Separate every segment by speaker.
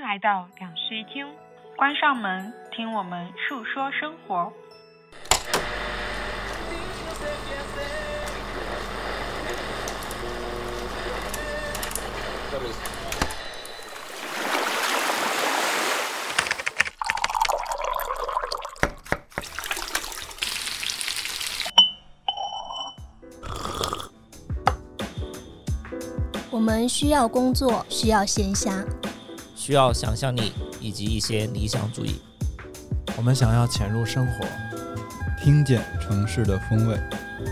Speaker 1: 来到两室一厅，关上门，听我们述说生活。
Speaker 2: 我们需要工作，需要闲暇，
Speaker 3: 需要想象力以及一些理想主义。
Speaker 4: 我们想要潜入生活，
Speaker 5: 听见城市的风味。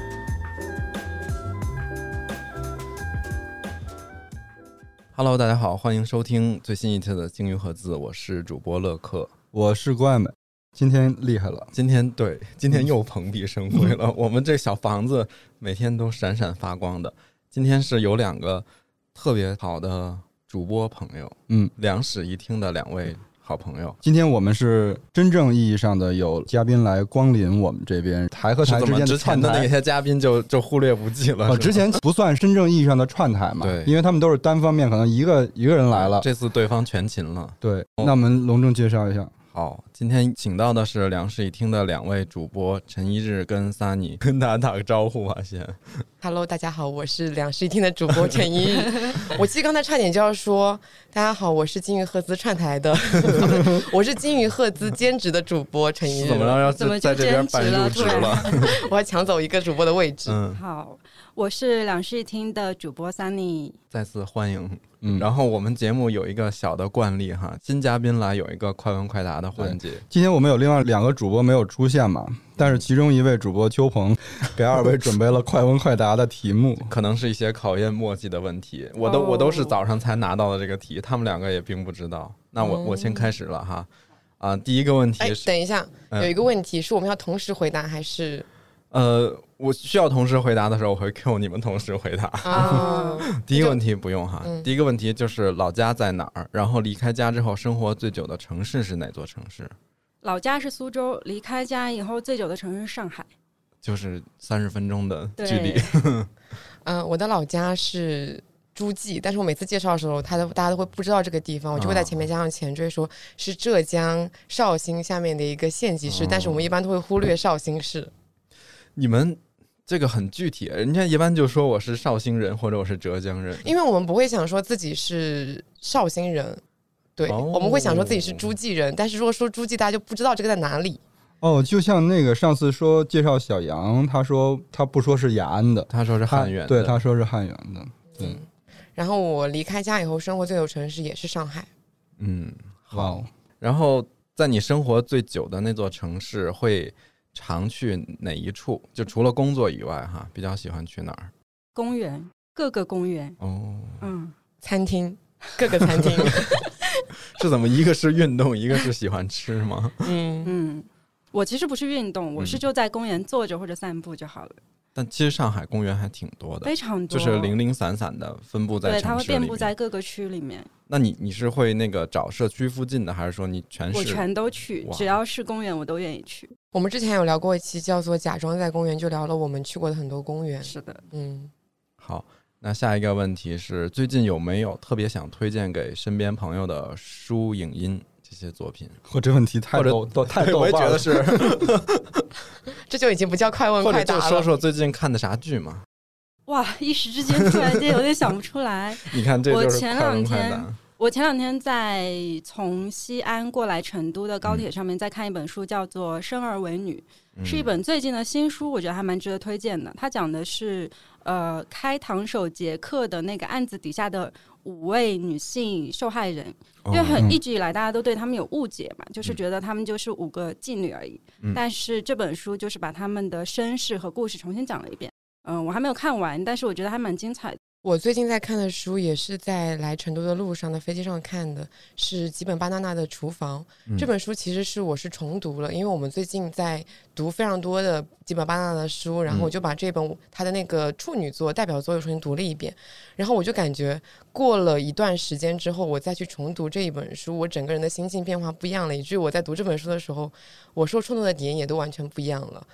Speaker 6: Hello， 大家好，欢迎收听最新一期的鲸鱼赫兹，我是主播乐克，
Speaker 5: 我是郭爱美。今天厉害了，
Speaker 6: 今天又蓬荜生辉了。我们这小房子每天都闪闪发光的。今天是有两个特别好的主播朋友，两室一厅的两位好朋友。
Speaker 5: 今天我们是真正意义上的有嘉宾来光临我们这边，台和台之间的
Speaker 6: 之前的那些嘉宾就忽略不计了。
Speaker 5: 之前不算真正意义上的串台嘛，
Speaker 6: 对，
Speaker 5: 因为他们都是单方面，可能一个人来了。
Speaker 6: 这次对方全勤了。
Speaker 5: 对，那我们隆重介绍一下。
Speaker 6: 好，今天请到的是两室一厅的两位主播陈一日跟萨尼，跟大家打个招呼吧先。
Speaker 7: Hello， 大家好，我是两室一厅的主播陈一日。我其实刚才差点就要说，大家好，我是金鱼赫兹串台的，我是金鱼赫兹兼职的主播陈一日。
Speaker 6: 怎么了？要在这边办入职了？
Speaker 7: 我要抢走一个主播的位置。
Speaker 8: 好，我是两室一厅的主播萨尼，
Speaker 6: 再次欢迎。然后我们节目有一个小的惯例哈，新嘉宾来有一个快问快答的环节。
Speaker 5: 今天我们有另外两个主播没有出现嘛，但是其中一位主播邱鹏给二位准备了快问快答的题目，
Speaker 6: 可能是一些考验默契的问题。我都是早上才拿到的这个题，他们两个也并不知道。那我先开始了哈。第一个问题是，
Speaker 7: 等一下，有一个问题是我们要同时回答还是？
Speaker 6: 我需要同时回答的时候，我会 Q 你们同时回答。第一个问题不用哈。第一个问题就是老家在哪儿？然后离开家之后生活最久的城市是哪座城市？
Speaker 8: 老家是苏州，离开家以后最久的城市是上海，
Speaker 6: 就是30分钟的距离。
Speaker 7: 我的老家是诸暨，但是我每次介绍的时候，大家都会不知道这个地方，我就会在前面加上前缀，说是浙江绍兴下面的一个县级市，但是我们一般都会忽略绍兴市。
Speaker 6: 你们这个很具体，人家一般就说我是绍兴人或者我是浙江人，
Speaker 7: 因为我们不会想说自己是绍兴人，对，我们会想说自己是诸暨人，但是如果说诸暨，大家就不知道这个在哪里。
Speaker 5: 就像那个上次说介绍小杨，他说他不说是雅安的，
Speaker 6: 他说是汉源的，
Speaker 5: 对，他说是汉源的。
Speaker 7: 然后我离开家以后，生活最久城市也是上海。
Speaker 6: 好。然后在你生活最久的那座城市会常去哪一处？就除了工作以外哈，比较喜欢去哪儿？
Speaker 8: 公园，各个公园。
Speaker 7: 餐厅，各个餐厅。
Speaker 6: 是怎么？一个是运动，一个是喜欢吃吗？
Speaker 8: 我其实不是运动，我是就在公园坐着或者散步就好了。
Speaker 6: 但其实上海公园还挺多的，
Speaker 8: 非常多，
Speaker 6: 就是零零散散的分布在城市里面。对，
Speaker 8: 它会遍布在各个区里面。
Speaker 6: 那你是会那个找社区附近的，还是说你全是？
Speaker 8: 我全都去，只要是公园我都愿意去。
Speaker 7: 我们之前有聊过一期叫做假装在公园，就聊了我们去过的很多公园。
Speaker 8: 是的。
Speaker 6: 好，那下一个问题是，最近有没有特别想推荐给身边朋友的书影音这些作品？
Speaker 5: 这问题太逗
Speaker 6: 我也觉得是。
Speaker 7: 这就已经不叫快问快答了。
Speaker 6: 或者就说说最近看的啥剧嘛？
Speaker 8: 哇，一时之间突然间有点想不出来。
Speaker 6: 你看，这就是快问快答。
Speaker 8: 我前两天在从西安过来成都的高铁上面在看一本书，叫做《生而为女》，是一本最近的新书，我觉得还蛮值得推荐的。它讲的是开膛手杰克的那个案子底下的5位女性受害人，因为一直以来大家都对他们有误解嘛，就是觉得他们就是5个妓女而已。但是这本书就是把他们的身世和故事重新讲了一遍。我还没有看完，但是我觉得还蛮精彩的。
Speaker 7: 我最近在看的书也是在来成都的路上的飞机上看的，是吉本巴娜娜的厨房。这本书其实我是重读了，因为我们最近在读非常多的吉本巴娜娜的书，然后我就把这本他的那个处女作代表作又重新读了一遍，然后我就感觉过了一段时间之后，我再去重读这一本书，我整个人的心境变化不一样了，以至于我在读这本书的时候，我受触动的点也都完全不一样了。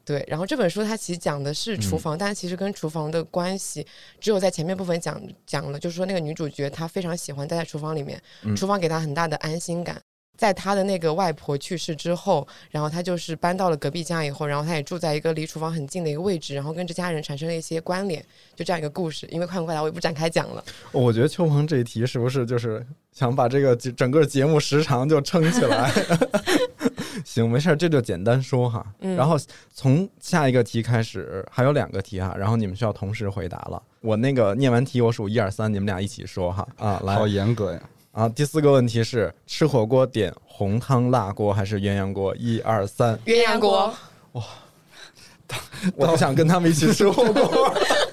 Speaker 7: 对，然后这本书它其实讲的是厨房，但其实跟厨房的关系只有在前面部分讲了，就是说那个女主角她非常喜欢待在厨房里面，厨房给她很大的安心感。在她的那个外婆去世之后，然后她就是搬到了隔壁家以后，然后她也住在一个离厨房很近的一个位置，然后跟这家人产生了一些关联，就这样一个故事。因为快问快答我也不展开讲了。
Speaker 6: 我觉得秋鹏这一题是不是就是想把这个整个节目时长就撑起来？行，没事，这就简单说哈。然后从下一个题开始，还有2个题哈，然后你们需要同时回答了。我那个念完题，我数1、2、3，你们俩一起说哈。啊，来，
Speaker 5: 好严格呀。
Speaker 6: 啊，第4个问题是吃火锅点红汤辣锅还是鸳鸯锅？1、2、3，
Speaker 7: 鸳鸯锅。
Speaker 6: 哇，我不想跟他们一起吃火锅。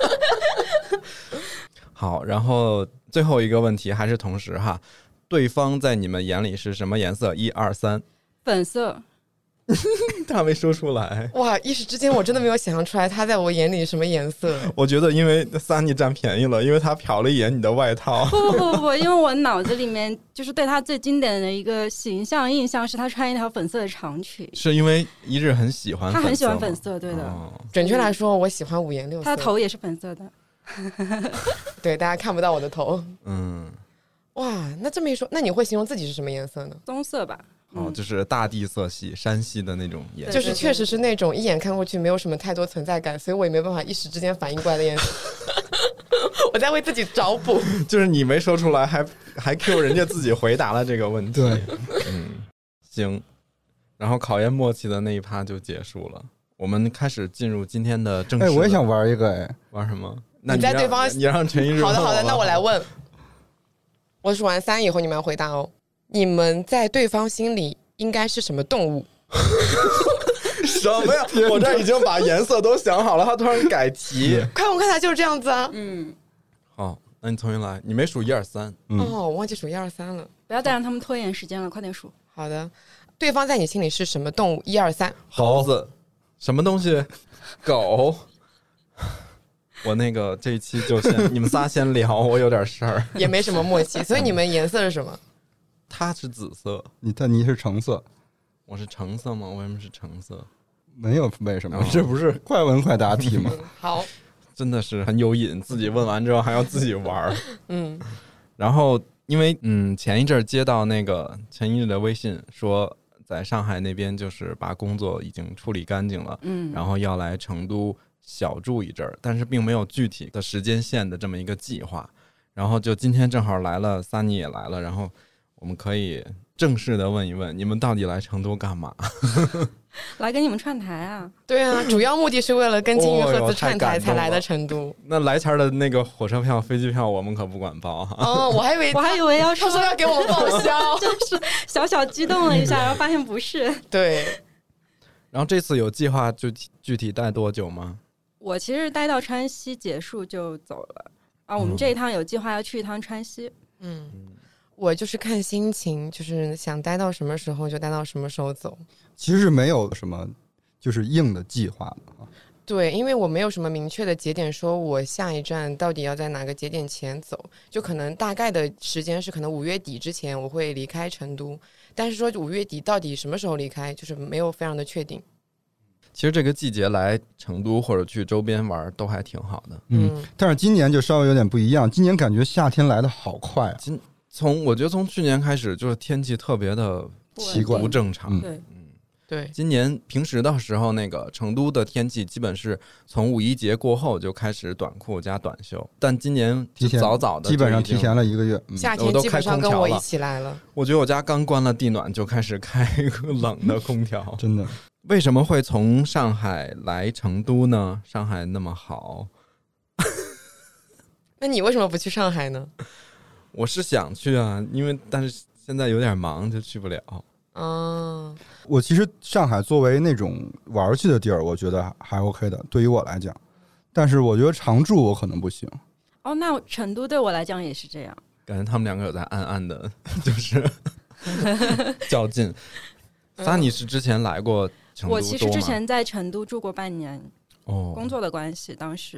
Speaker 6: 好，然后最后一个问题还是同时哈，对方在你们眼里是什么颜色？1、2、3，
Speaker 8: 粉色。
Speaker 6: 他没说出来。
Speaker 7: 哇，一时之间我真的没有想象出来他在我眼里什么颜色。
Speaker 6: 我觉得因为Sunny占便宜了，因为他瞟了一眼你的外套。
Speaker 8: 不，因为我脑子里面就是对他最经典的一个形象印象是他穿一条粉色的长裙。
Speaker 6: 是因为一日很喜欢粉色，
Speaker 8: 他很喜欢粉色，对的。
Speaker 7: 准确来说，我喜欢5颜6色。
Speaker 8: 他的头也是粉色的。
Speaker 7: 对，大家看不到我的头。
Speaker 6: 哇，
Speaker 7: 那这么一说，那你会形容自己是什么颜色呢？
Speaker 8: 棕色吧。
Speaker 6: 就是大地色系，山系的那种颜色，
Speaker 7: 就是确实是那种一眼看过去没有什么太多存在感，所以我也没办法一时之间反应过来的颜色。我在为自己找补，
Speaker 6: 就是你没说出来，还 Q 人家自己回答了这个问题。
Speaker 5: 对，
Speaker 6: 行，然后考验默契的那一趴就结束了，我们开始进入今天的正式的。
Speaker 5: 我也想玩一个。
Speaker 6: 玩什么？那
Speaker 7: 你在对方，
Speaker 6: 你让陈一日。
Speaker 7: 好的，那我来问。我数完3以后，你们要回答哦。你们在对方心里应该是什么动物？
Speaker 6: 什么呀？我这已经把颜色都想好了，他突然改题。
Speaker 7: 快问快答就是这样子啊。
Speaker 6: 好，那你重新来，你没数1、2、3。
Speaker 7: 我忘记数1、2、3了。
Speaker 8: 不要再让他们拖延时间了，快点数。
Speaker 7: 好的，对方在你心里是什么动物？1、2、3。
Speaker 6: 猴子。什么东西？狗。我那个这一期就先你们仨先聊，我有点事儿，
Speaker 7: 也没什么默契。所以你们颜色是什么？
Speaker 6: 他是紫色，
Speaker 5: 你是橙色，
Speaker 6: 我是橙色吗？为什么是橙色？
Speaker 5: 没有为什么，这不是快问快答题吗？
Speaker 7: 好，
Speaker 6: 真的是很有瘾，自己问完之后还要自己玩。然后因为前一阵接到那个陈一日的微信说，在上海那边就是把工作已经处理干净了，然后要来成都小住一阵儿，但是并没有具体的时间线的这么一个计划。然后就今天正好来了，Sunny也来了，然后我们可以正式的问一问，你们到底来成都干嘛？
Speaker 8: 来跟你们串台啊？
Speaker 7: 对啊，主要目的是为了跟金鱼盒子串台才来的成都。
Speaker 6: 那来前的那个火车票、飞机票我们可不管包哈。
Speaker 7: 我还以为
Speaker 8: 要
Speaker 7: 他说要给我们报销，
Speaker 8: 就是小小激动了一下，然后发现不是。
Speaker 7: 对。
Speaker 6: 然后这次有计划就具体待多久吗？
Speaker 8: 我其实待到川西结束就走了啊。我们这一趟有计划要去一趟川西。
Speaker 7: 我就是看心情，就是想待到什么时候就待到什么时候走。
Speaker 5: 其实没有什么就是硬的计划的。
Speaker 7: 对，因为我没有什么明确的节点，说我下一站到底要在哪个节点前走，就可能大概的时间是可能5月底之前我会离开成都，但是说5月底到底什么时候离开，就是没有非常的确定。
Speaker 6: 其实这个季节来成都或者去周边玩都还挺好的。
Speaker 5: 但是今年就稍微有点不一样，今年感觉夏天来的好快啊。
Speaker 6: 我觉得从去年开始就是天气特别的
Speaker 5: 奇怪
Speaker 6: 不正常。
Speaker 7: 对，
Speaker 6: 今年平时的时候，那个成都的天气基本是从5·1节过后就开始短裤加短袖，但今年早早的
Speaker 5: 基本上提前了1个月。
Speaker 7: 夏天基本上跟我一起来了。
Speaker 6: 我觉得我家刚关了地暖就开始开冷的空调。
Speaker 5: 真的。
Speaker 6: 为什么会从上海来成都呢？上海那么好。
Speaker 7: 那你为什么不去上海呢？
Speaker 6: 我是想去啊，但是现在有点忙，就去不了。
Speaker 5: 我其实上海作为那种玩去的地儿，我觉得还 OK 的，对于我来讲。但是我觉得常住我可能不行。
Speaker 8: 那成都对我来讲也是这样。
Speaker 6: 感觉他们两个有在暗暗的，就是较劲。Sunny是之前来过成都多吗？
Speaker 8: 我其实之前在成都住过半年，
Speaker 6: 工
Speaker 8: 作的关系，当时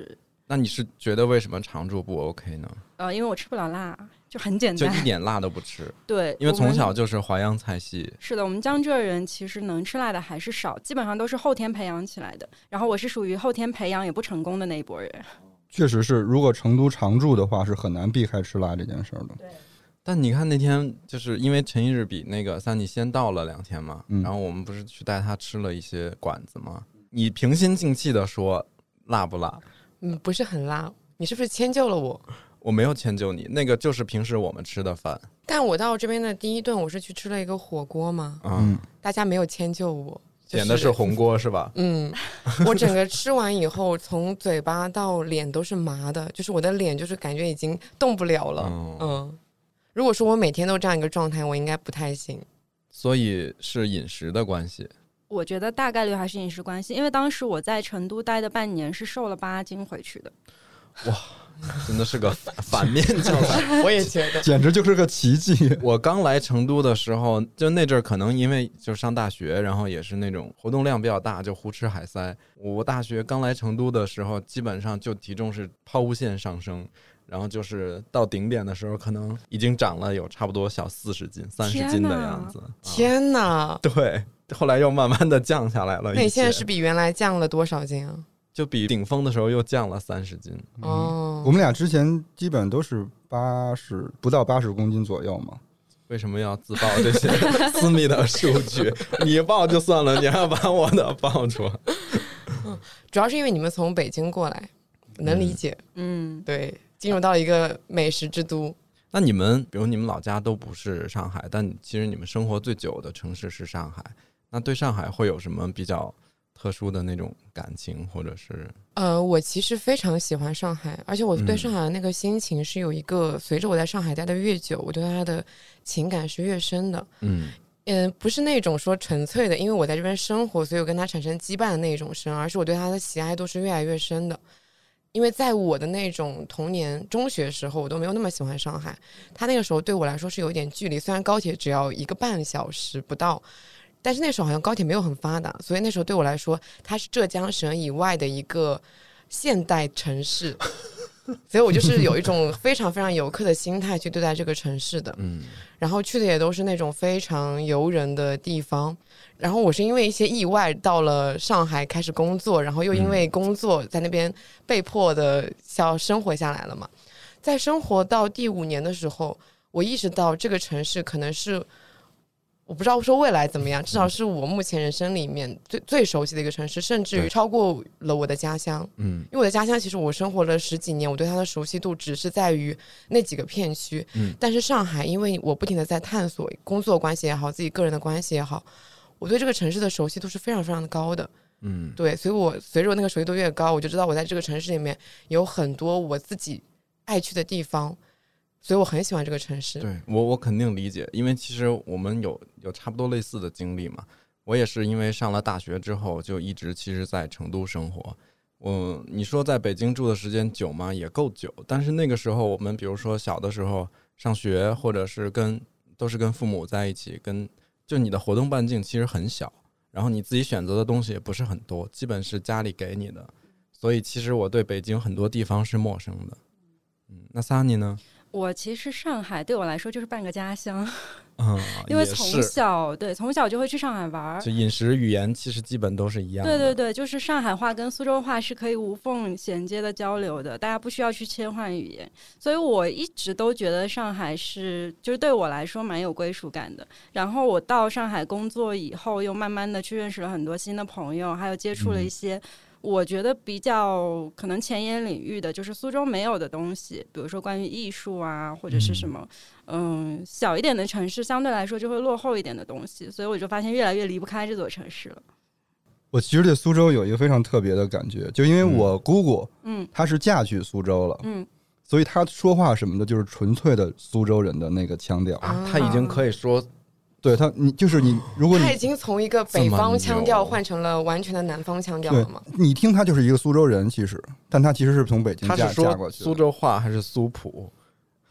Speaker 6: 那你是觉得为什么常住不 OK 呢？
Speaker 8: 因为我吃不了辣，就很简单，
Speaker 6: 就一点辣都不吃。
Speaker 8: 对，
Speaker 6: 因为从小就是淮扬菜系。
Speaker 8: 是的，我们江浙人其实能吃辣的还是少，基本上都是后天培养起来的。然后我是属于后天培养也不成功的那一波人。
Speaker 5: 确实是，如果成都常住的话，是很难避开吃辣这件事的。
Speaker 8: 对。
Speaker 6: 但你看那天就是因为陈一日比那个三妮先到了2天嘛，然后我们不是去带他吃了一些馆子吗？你平心静气的说辣不辣？
Speaker 7: 不是很辣。你是不是迁就了我？
Speaker 6: 我没有迁就你，那个就是平时我们吃的饭。
Speaker 7: 但我到这边的第一顿我是去吃了一个火锅嘛，大家没有迁就我，
Speaker 6: 点的是红锅是吧？
Speaker 7: 我整个吃完以后从嘴巴到脸都是麻的，就是我的脸就是感觉已经动不了了。如果说我每天都这样一个状态，我应该不太行。
Speaker 6: 所以是饮食的关系？
Speaker 8: 我觉得大概率还是饮食关系，因为当时我在成都待的半年是瘦了8斤回去的。
Speaker 6: 哇，真的是个反面教材。
Speaker 7: 我也觉得
Speaker 5: 简直就是个奇迹。
Speaker 6: 我刚来成都的时候，就那阵儿可能因为就上大学，然后也是那种活动量比较大，就胡吃海塞。我大学刚来成都的时候，基本上就体重是抛物线上升，然后就是到顶点的时候可能已经长了有差不多小40斤30斤的样子。
Speaker 7: 天哪！
Speaker 6: 对，后来又慢慢的降下来了。
Speaker 7: 那你现在是比原来降了多少斤啊？
Speaker 6: 就比顶峰的时候又降了30斤。
Speaker 5: 我们俩之前基本都是不到80公斤左右嘛。
Speaker 6: 为什么要自曝这些私密的数据？你报就算了，你还要把我的报出来。
Speaker 7: 主要是因为你们从北京过来，能理解。对，进入到一个美食之都。
Speaker 6: 那你们比如你们老家都不是上海，但其实你们生活最久的城市是上海，那对上海会有什么比较特殊的那种感情，或者是
Speaker 7: 我其实非常喜欢上海，而且我对上海的那个心情是有一个随着我在上海待的越久，我对它的情感是越深的。不是那种说纯粹的因为我在这边生活所以我跟它产生羁绊的那种深，而是我对它的喜爱度是越来越深的。因为在我的那种童年中学时候我都没有那么喜欢上海，它那个时候对我来说是有一点距离，虽然高铁只要1个半小时不到，但是那时候好像高铁没有很发达，所以那时候对我来说它是浙江省以外的一个现代城市，所以我就是有一种非常非常游客的心态去对待这个城市的。然后去的也都是那种非常游人的地方。然后我是因为一些意外到了上海开始工作，然后又因为工作在那边被迫的要生活下来了嘛。在生活到第5年的时候，我意识到这个城市可能是我不知道说未来怎么样，至少是我目前人生里面最熟悉的一个城市，甚至于超过了我的家乡。因为我的家乡其实我生活了10几年，我对它的熟悉度只是在于那几个片区。但是上海因为我不停的在探索工作关系也好，自己个人的关系也好，我对这个城市的熟悉度是非常非常的高的。对，所以我随着我那个熟悉度越高，我就知道我在这个城市里面有很多我自己爱去的地方，所以我很喜欢这个城市。
Speaker 6: 对，我肯定理解，因为其实我们有差不多类似的经历嘛。我也是因为上了大学之后就一直其实在成都生活。你说在北京住的时间久吗？也够久，但是那个时候我们比如说小的时候上学，或者是都是跟父母在一起，就你的活动半径其实很小，然后你自己选择的东西也不是很多，基本是家里给你的，所以其实我对北京很多地方是陌生的。那萨尼呢？
Speaker 8: 我其实上海对我来说就是半个家乡。因为从小就会去上海玩，
Speaker 6: 就饮食语言其实基本都是一样的。
Speaker 8: 对，就是上海话跟苏州话是可以无缝衔接的交流的，大家不需要去切换语言，所以我一直都觉得上海就是对我来说蛮有归属感的。然后我到上海工作以后，又慢慢的去认识了很多新的朋友，还有接触了一些我觉得比较可能前沿领域的，就是苏州没有的东西，比如说关于艺术啊，或者是什么小一点的城市相对来说就会落后一点的东西，所以我就发现越来越离不开这座城市了。
Speaker 5: 我其实对苏州有一个非常特别的感觉，就因为我姑姑她是嫁去苏州了，所以她说话什么的就是纯粹的苏州人的那个腔调
Speaker 6: 她已经可以说
Speaker 5: 对他，如果
Speaker 7: 他已经从一个北方腔调换成了完全的南方腔调了吗？
Speaker 5: 你听他就是一个苏州人，其实，但他其实是从北京嫁过去的。
Speaker 6: 他是说苏州话还是苏普？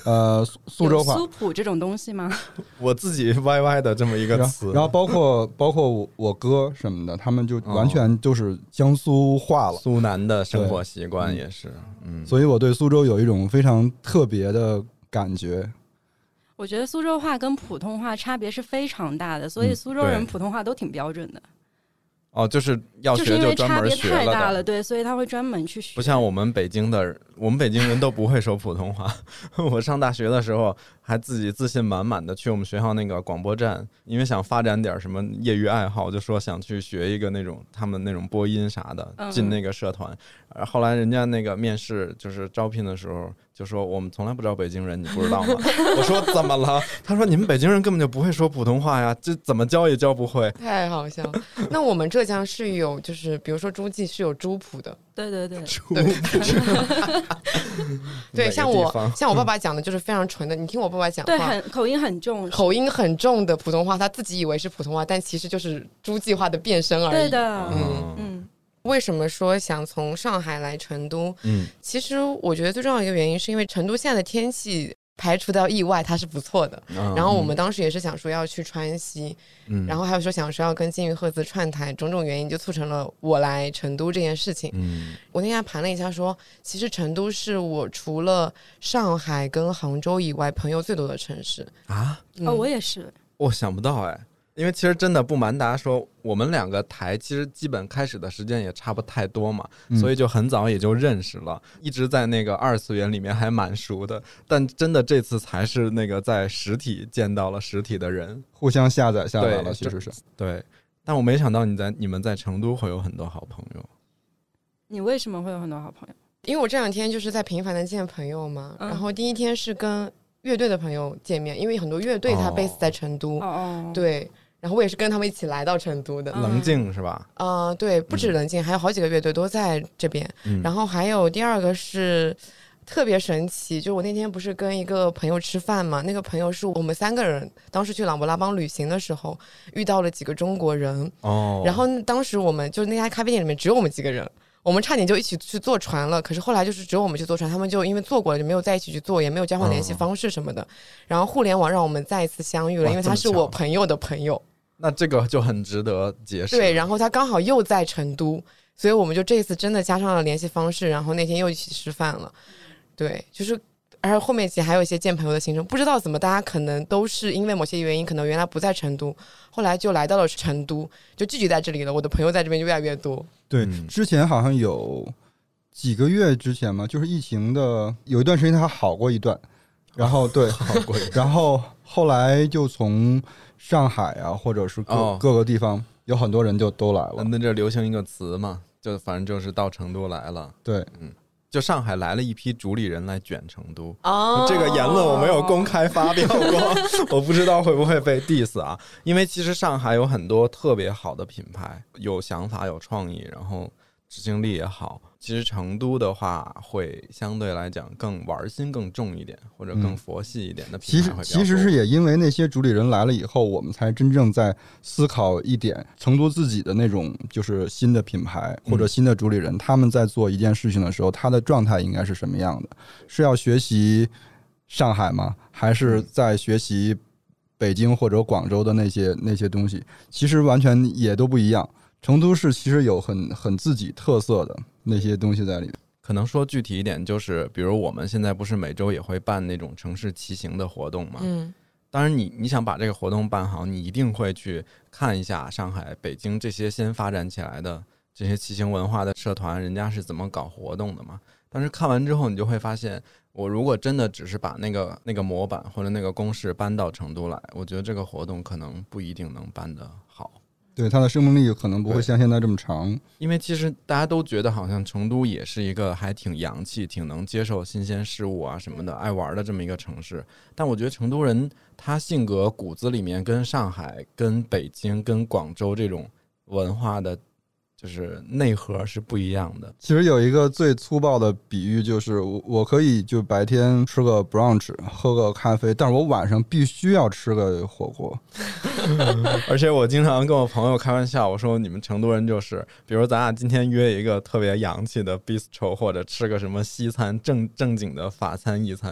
Speaker 5: 苏州话
Speaker 8: 有苏普这种东西吗？
Speaker 6: 我自己歪歪的这么一个词。
Speaker 5: 然后包括我哥什么的，他们就完全就是江苏话了，
Speaker 6: 苏南的生活习惯也是。
Speaker 5: 所以我对苏州有一种非常特别的感觉。
Speaker 8: 我觉得苏州话跟普通话差别是非常大的，所以苏州人普通话都挺标准的。
Speaker 6: 就是要学
Speaker 8: 就
Speaker 6: 专门学了的，
Speaker 8: 就是因为差别太大了，对，所以他会专门去学。
Speaker 6: 不像我们北京人都不会说普通话。我上大学的时候还自己自信满满的去我们学校那个广播站，因为想发展点什么业余爱好，就说想去学一个那种他们那种播音啥的，进那个社团。后来人家那个面试就是招聘的时候就说我们从来不招北京人，你不知道吗？我说怎么了？他说你们北京人根本就不会说普通话呀，这怎么教也教不会。
Speaker 7: 太好笑了。那我们浙江是有就是比如说诸暨是有诸谱的。
Speaker 8: 对对对，
Speaker 7: 对，像我爸爸讲的就是非常纯的，你听我爸爸讲话，
Speaker 8: 对，口音很重
Speaker 7: 的普通话，他自己以为是普通话，但其实就是诸暨话的变身而已。
Speaker 8: 对的，
Speaker 7: 为什么说想从上海来成都？其实我觉得最重要的一个原因是因为成都现在的天气排除掉意外它是不错的，然后我们当时也是想说要去川西，然后还有说想说要跟金鱼赫兹串台，种种原因就促成了我来成都这件事情。我那天盘了一下说，其实成都是我除了上海跟杭州以外朋友最多的城市
Speaker 6: 啊。
Speaker 8: 我也是，
Speaker 6: 我想不到哎。因为其实真的不瞒大家说，我们两个台其实基本开始的时间也差不太多嘛，所以就很早也就认识了，一直在那个二次元里面还蛮熟的，但真的这次才是那个在实体见到了实体的人，
Speaker 5: 互相下载下来了，其实是
Speaker 6: 对。但我没想到你们在成都会有很多好朋友。
Speaker 8: 你为什么会有很多好朋友？
Speaker 7: 因为我这两天就是在频繁的见朋友嘛，然后第一天是跟乐队的朋友见面，因为很多乐队他 base 在成都，对，然后我也是跟他们一起来到成都的。
Speaker 6: 棱镜是吧？
Speaker 7: 对，不止棱镜，还有好几个乐队都在这边。然后还有第二个是特别神奇，就我那天不是跟一个朋友吃饭嘛，那个朋友是我们3个人当时去琅勃拉邦旅行的时候遇到了几个中国人，然后当时我们就那家咖啡店里面只有我们几个人，我们差点就一起去坐船了，可是后来就是只有我们去坐船，他们就因为坐过了就没有在一起去坐，也没有交换联系方式什么的，然后互联网让我们再一次相遇了，因为他是我朋友的朋友。
Speaker 6: 那这个就很值得解释。
Speaker 7: 对，然后他刚好又在成都，所以我们就这次真的加上了联系方式，然后那天又一起吃饭了。对，就是而后面其实还有一些见朋友的行程，不知道怎么大家可能都是因为某些原因，可能原来不在成都，后来就来到了成都，就聚集在这里了，我的朋友在这边就越来越多。
Speaker 5: 对，之前好像有几个月之前嘛，就是疫情的有一段时间它好过一段，然后对，
Speaker 6: 好过一段，
Speaker 5: 然后后来就从上海啊，或者是各个地方有很多人就都来了。
Speaker 6: 那这流行一个词嘛，就反正就是到成都来了。
Speaker 5: 对，
Speaker 6: 就上海来了一批主理人来卷成都。这个言论我没有公开发表过，我不知道会不会被 diss 啊。因为其实上海有很多特别好的品牌，有想法有创意，然后执行力也好。其实成都的话会相对来讲更玩心更重一点，或者更佛系一点的品牌会比较多。
Speaker 5: 其实是也因为那些主理人来了以后，我们才真正在思考一点，成都自己的那种就是新的品牌或者新的主理人，他们在做一件事情的时候，他的状态应该是什么样的？是要学习上海吗？还是在学习北京或者广州的那些东西？其实完全也都不一样。成都市其实有很自己特色的那些东西在里面。
Speaker 6: 可能说具体一点，就是比如我们现在不是每周也会办那种城市骑行的活动吗？当然你想把这个活动办好，你一定会去看一下上海、北京这些先发展起来的这些骑行文化的社团，人家是怎么搞活动的嘛。但是看完之后，你就会发现，我如果真的只是把那个模板或者那个公式搬到成都来，我觉得这个活动可能不一定能办得好。
Speaker 5: 对，它的生命力可能不会像现在这么长。
Speaker 6: 因为其实大家都觉得好像成都也是一个还挺洋气、挺能接受新鲜事物啊什么的、爱玩的这么一个城市。但我觉得成都人他性格骨子里面跟上海、跟北京、跟广州这种文化的就是内核是不一样的。
Speaker 5: 其实有一个最粗暴的比喻，就是我可以就白天吃个 brunch 喝个咖啡，但是我晚上必须要吃个火锅。
Speaker 6: 而且我经常跟我朋友开玩笑，我说你们成都人就是比如咱俩今天约一个特别洋气的 bistro， 或者吃个什么西餐正经的法餐意餐，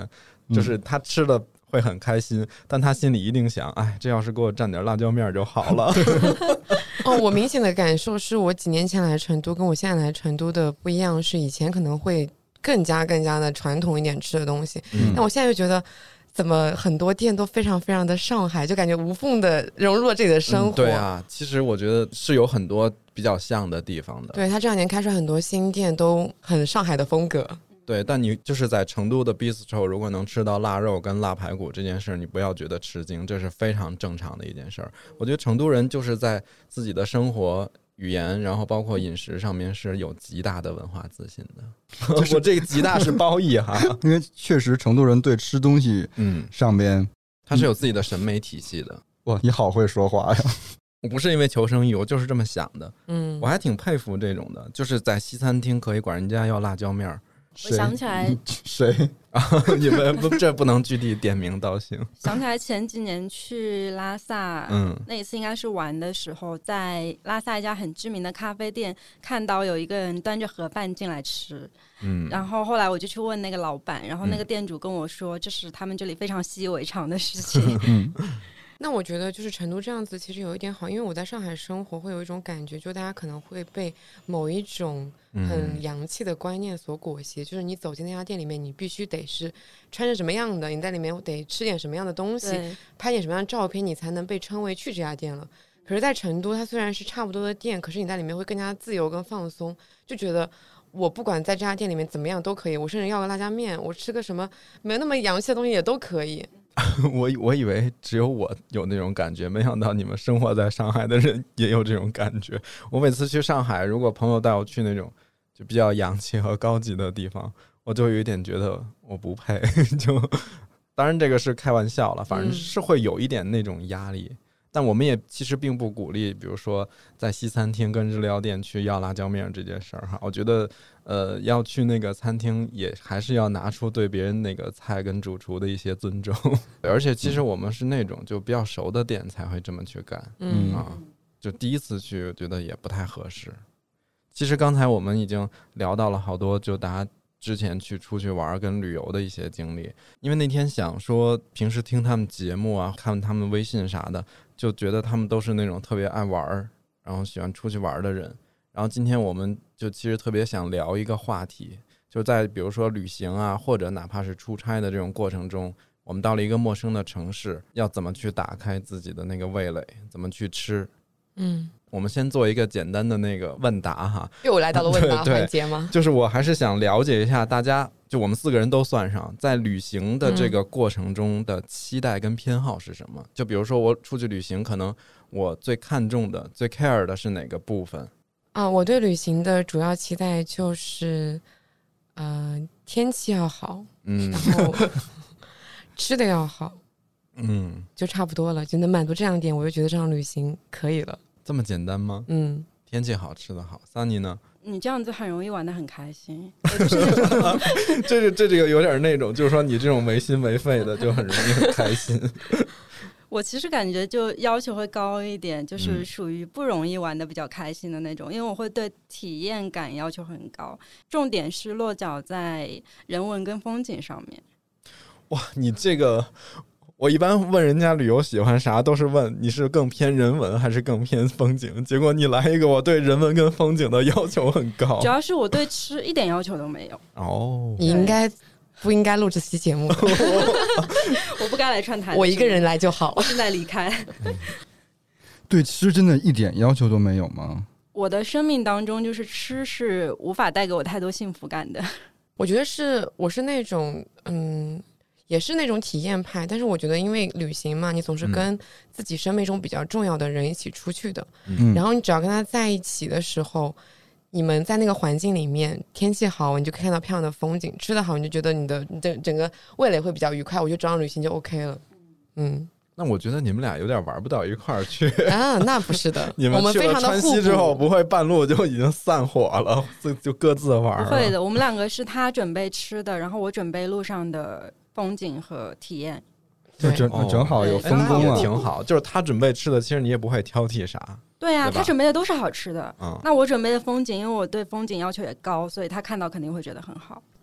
Speaker 6: 就是他吃的会很开心，但他心里一定想，哎，这要是给我蘸点辣椒面就好了。
Speaker 7: 我明显的感受是我几年前来成都跟我现在来成都的不一样，是以前可能会更加的传统一点吃的东西，但我现在就觉得怎么很多店都非常非常的上海，就感觉无缝的融入了这里的生活。
Speaker 6: 对啊，其实我觉得是有很多比较像的地方的。
Speaker 7: 对，他这2年开出很多新店都很上海的风格。
Speaker 6: 对，但你就是在成都的 bistro 如果能吃到腊肉跟腊排骨这件事，你不要觉得吃惊，这是非常正常的一件事。我觉得成都人就是在自己的生活语言然后包括饮食上面是有极大的文化自信的。我这个极大是褒义哈，
Speaker 5: 因为确实成都人对吃东西上边
Speaker 6: 他是有自己的审美体系的。
Speaker 5: 哇，你好会说话呀。
Speaker 6: 我不是因为求生欲，我就是这么想的。我还挺佩服这种的，就是在西餐厅可以管人家要辣椒面。
Speaker 8: 我想起来
Speaker 5: 谁
Speaker 6: 你们这不能具体点名道姓。
Speaker 8: 想起来前几年去拉萨，那一次应该是玩的时候，在拉萨一家很知名的咖啡店看到有一个人端着盒饭进来吃，然后后来我就去问那个老板，然后那个店主跟我说，这是他们这里非常习以为常的事情。
Speaker 7: 那我觉得就是成都这样子其实有一点好，因为我在上海生活会有一种感觉，就大家可能会被某一种很洋气的观念所裹挟，就是你走进那家店里面，你必须得是穿着什么样的，你在里面得吃点什么样的东西，拍点什么样的照片，你才能被称为去这家店了。可是在成都它虽然是差不多的店，可是你在里面会更加自由跟放松，就觉得我不管在这家店里面怎么样都可以，我甚至要个辣椒面，我吃个什么没有那么洋气的东西也都可以。
Speaker 6: 我以为只有我有那种感觉，没想到你们生活在上海的人也有这种感觉。我每次去上海，如果朋友带我去那种就比较洋气和高级的地方，我就有一点觉得我不配。就当然这个是开玩笑了，反正是会有一点那种压力。但我们也其实并不鼓励比如说在西餐厅跟日料店去要辣椒面这件事儿哈。我觉得要去那个餐厅也还是要拿出对别人那个菜跟主厨的一些尊重。而且其实我们是那种就比较熟的店才会这么去干就第一次去我觉得也不太合适。其实刚才我们已经聊到了好多就大家之前去出去玩跟旅游的一些经历，因为那天想说平时听他们节目啊看他们微信啥的，就觉得他们都是那种特别爱玩然后喜欢出去玩的人。然后今天我们就其实特别想聊一个话题，就在比如说旅行啊或者哪怕是出差的这种过程中，我们到了一个陌生的城市，要怎么去打开自己的那个味蕾，怎么去吃。我们先做一个简单的那个问答哈。
Speaker 7: 又来到了问答环节吗？
Speaker 6: 就是我还是想了解一下大家，就我们4个人都算上，在旅行的这个过程中的期待跟偏好是什么。就比如说我出去旅行，可能我最看重的最 care 的是哪个部分
Speaker 7: 我对旅行的主要期待就是天气要好，然后吃的要好，就差不多了，就能满足这两点，我就觉得这场旅行可以了。
Speaker 6: 这么简单吗？天气好吃的好。Sunny 呢？
Speaker 8: 你这样子很容易玩得很开心。
Speaker 6: 这个有点那种就是说你这种没心没肺的就很容易很开心。
Speaker 8: 我其实感觉就要求会高一点，就是属于不容易玩得比较开心的那种，因为我会对体验感要求很高，重点是落脚在人文跟风景上面。
Speaker 6: 哇，你这个我一般问人家旅游喜欢啥都是问你是更偏人文还是更偏风景，结果你来一个我对人文跟风景的要求很高。
Speaker 8: 主要是我对吃一点要求都没有。
Speaker 7: 你不应该录这期节目。
Speaker 8: 我不该来串台，
Speaker 7: 我一个人来就好。
Speaker 8: 我现在离开。
Speaker 5: 对吃真的一点要求都没有吗？
Speaker 8: 我的生命当中就是吃是无法带给我太多幸福感的。
Speaker 7: 我觉得我是那种也是那种体验派，但是我觉得因为旅行嘛，你总是跟自己生命中比较重要的人一起出去的，然后你只要跟他在一起的时候，你们在那个环境里面，天气好你就可以看到漂亮的风景，吃得好你就觉得你的整个味蕾会比较愉快，我觉得这场旅行就 OK 了。
Speaker 6: 那我觉得你们俩有点玩不到一块儿去
Speaker 7: 那不是的。
Speaker 6: 你们去了川西之后不会半路就已经散伙了，就各自玩了？
Speaker 8: 不会的，我们两个是他准备吃的，然后我准备路上的风景和体验，
Speaker 5: 就正好有分工
Speaker 6: 也挺好。就是他准备吃的，其实你也不会挑剔啥。
Speaker 8: 对啊，他准备的都是好吃的。那我准备的风景，因为我对风景要求也高，所以他看到肯定会觉得很好。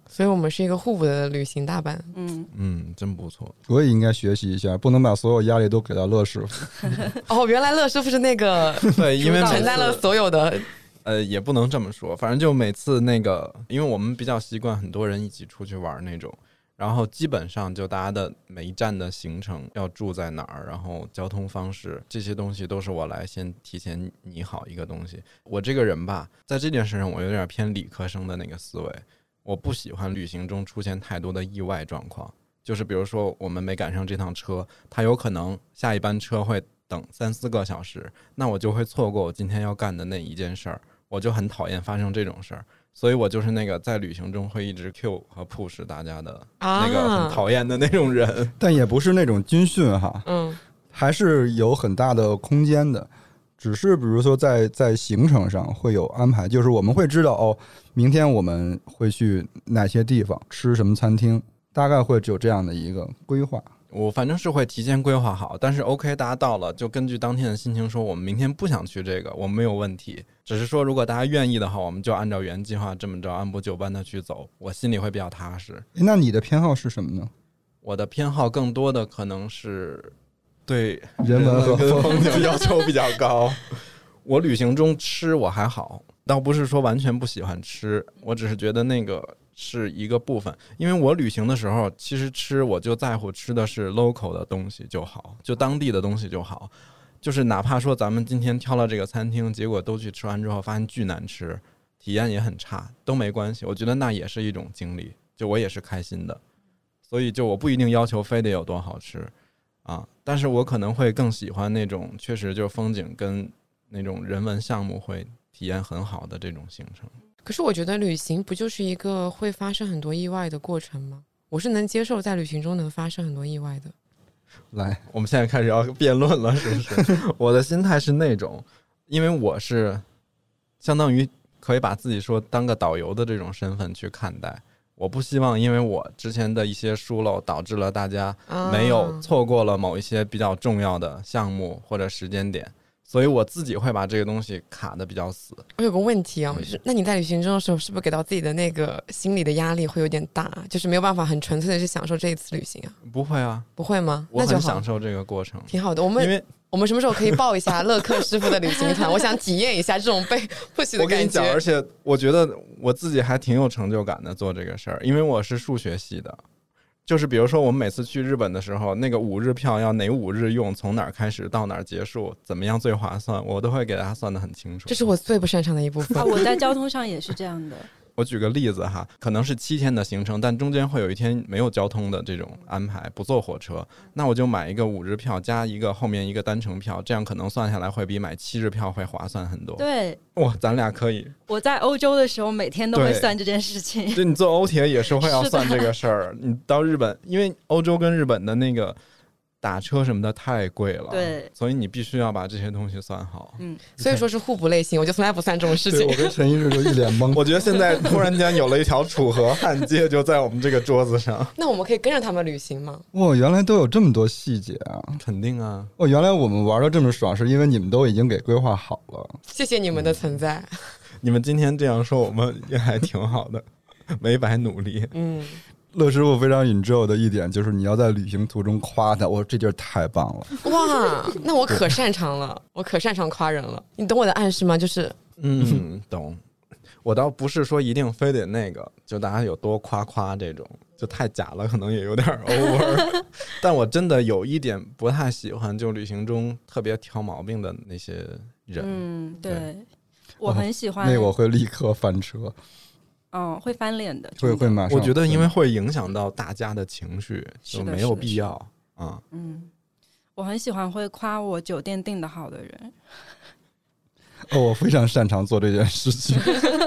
Speaker 7: 所以我们是一个互补的旅行大班。
Speaker 6: 真不错。
Speaker 5: 我也应该学习一下，不能把所有压力都给到乐师傅。
Speaker 7: 哦，原来乐师傅是那个
Speaker 6: 对，因为
Speaker 7: 承担了所有的。
Speaker 6: 也不能这么说，反正就每次那个，因为我们比较习惯很多人一起出去玩那种，然后基本上就大家的每一站的行程要住在哪儿，然后交通方式这些东西都是我来先提前拟好一个东西。我这个人吧，在这件事上我有点偏理科生的那个思维，我不喜欢旅行中出现太多的意外状况，就是比如说我们没赶上这趟车，它有可能下一班车会等3-4个小时，那我就会错过我今天要干的那一件事儿，我就很讨厌发生这种事儿。所以我就是那个在旅行中会一直 Q 和 push 大家的那个很讨厌的那种人，
Speaker 5: 但也不是那种军训哈，还是有很大的空间的。只是比如说在行程上会有安排，就是我们会知道哦，明天我们会去哪些地方，吃什么餐厅，大概会只有这样的一个规划。
Speaker 6: 我反正是会提前规划好，但是 OK 大家到了就根据当天的心情说我们明天不想去这个，我们没有问题，只是说如果大家愿意的话，我们就按照原计划这么着按部就班的去走，我心里会比较踏实。
Speaker 5: 那你的偏好是什么呢？
Speaker 6: 我的偏好更多的可能是对
Speaker 5: 人文和
Speaker 6: 风景要求比较高。我旅行中吃我还好，倒不是说完全不喜欢吃，我只是觉得那个是一个部分，因为我旅行的时候其实吃我就在乎吃的是 local 的东西就好，就当地的东西就好，就是哪怕说咱们今天挑了这个餐厅，结果都去吃完之后发现巨难吃，体验也很差，都没关系，我觉得那也是一种经历，就我也是开心的。所以就我不一定要求非得有多好吃啊，但是我可能会更喜欢那种确实就风景跟那种人文项目会体验很好的这种行程。
Speaker 7: 可是我觉得旅行不就是一个会发生很多意外的过程吗？我是能接受在旅行中能发生很多意外的。
Speaker 6: 来，我们现在开始要辩论了，是不是？我的心态是那种，因为我是相当于可以把自己说当个导游的这种身份去看待，我不希望因为我之前的一些疏漏导致了大家没有错过了某一些比较重要的项目或者时间点，所以我自己会把这个东西卡得比较死。
Speaker 7: 我有个问题啊，那你在旅行中的时候是不是给到自己的那个心理的压力会有点大，就是没有办法很纯粹的去享受这一次旅行啊？
Speaker 6: 不会啊。
Speaker 7: 不会吗？
Speaker 6: 我很享受这个过程，
Speaker 7: 挺好的。我们什么时候可以报一下乐克师傅的旅行团？我想体验一下这种被 push 的感觉。
Speaker 6: 我跟你讲，而且我觉得我自己还挺有成就感的做这个事儿，因为我是数学系的。就是比如说我们每次去日本的时候，那个5日票要哪5日用，从哪儿开始到哪儿结束，怎么样最划算，我都会给大家算得很清楚。
Speaker 7: 这是我最不擅长的一部分。
Speaker 8: 我在交通上也是这样的。
Speaker 6: 我举个例子哈，可能是7天的行程，但中间会有1天没有交通的这种安排，不坐火车，那我就买一个5日票加一个后面一个单程票，这样可能算下来会比买7日票会划算很多。
Speaker 8: 对，
Speaker 6: 哇，咱俩可以。
Speaker 8: 我在欧洲的时候每天都会算这件事情。
Speaker 6: 对，你坐欧铁也是会要算这个事儿。你到日本，因为欧洲跟日本的那个打车什么的太贵了，
Speaker 8: 对，
Speaker 6: 所以你必须要把这些东西算好。
Speaker 7: 所以说是互补类型，我就从来不算这种事情。
Speaker 5: 我跟陈一日就一脸懵。
Speaker 6: 我觉得现在突然间有了一条楚河汉界，就在我们这个桌子上。
Speaker 7: 那我们可以跟着他们旅行吗？
Speaker 5: 哇，原来都有这么多细节啊！
Speaker 6: 肯定啊。
Speaker 5: 原来我们玩的这么爽，是因为你们都已经给规划好了。
Speaker 7: 谢谢你们的存在。
Speaker 6: 你们今天这样说，我们也还挺好的，没白努力。
Speaker 5: 乐师傅非常 enjoy 的一点就是你要在旅行途中夸他，这地儿太棒了。
Speaker 7: 哇，那我可擅长了，我可擅长夸人了。你懂我的暗示吗？就是
Speaker 6: 懂。我倒不是说一定非得那个，就大家有多夸这种，就太假了，可能也有点 over。但我真的有一点不太喜欢，就旅行中特别挑毛病的那些人。
Speaker 8: 对，我很喜欢。
Speaker 5: 那我会立刻翻车。
Speaker 8: 会翻脸的，
Speaker 5: 会马上。
Speaker 6: 我觉得因为会影响到大家的情绪，就没有必要啊。
Speaker 8: 我很喜欢会夸我酒店订的好的人。
Speaker 5: 我非常擅长做这件事情。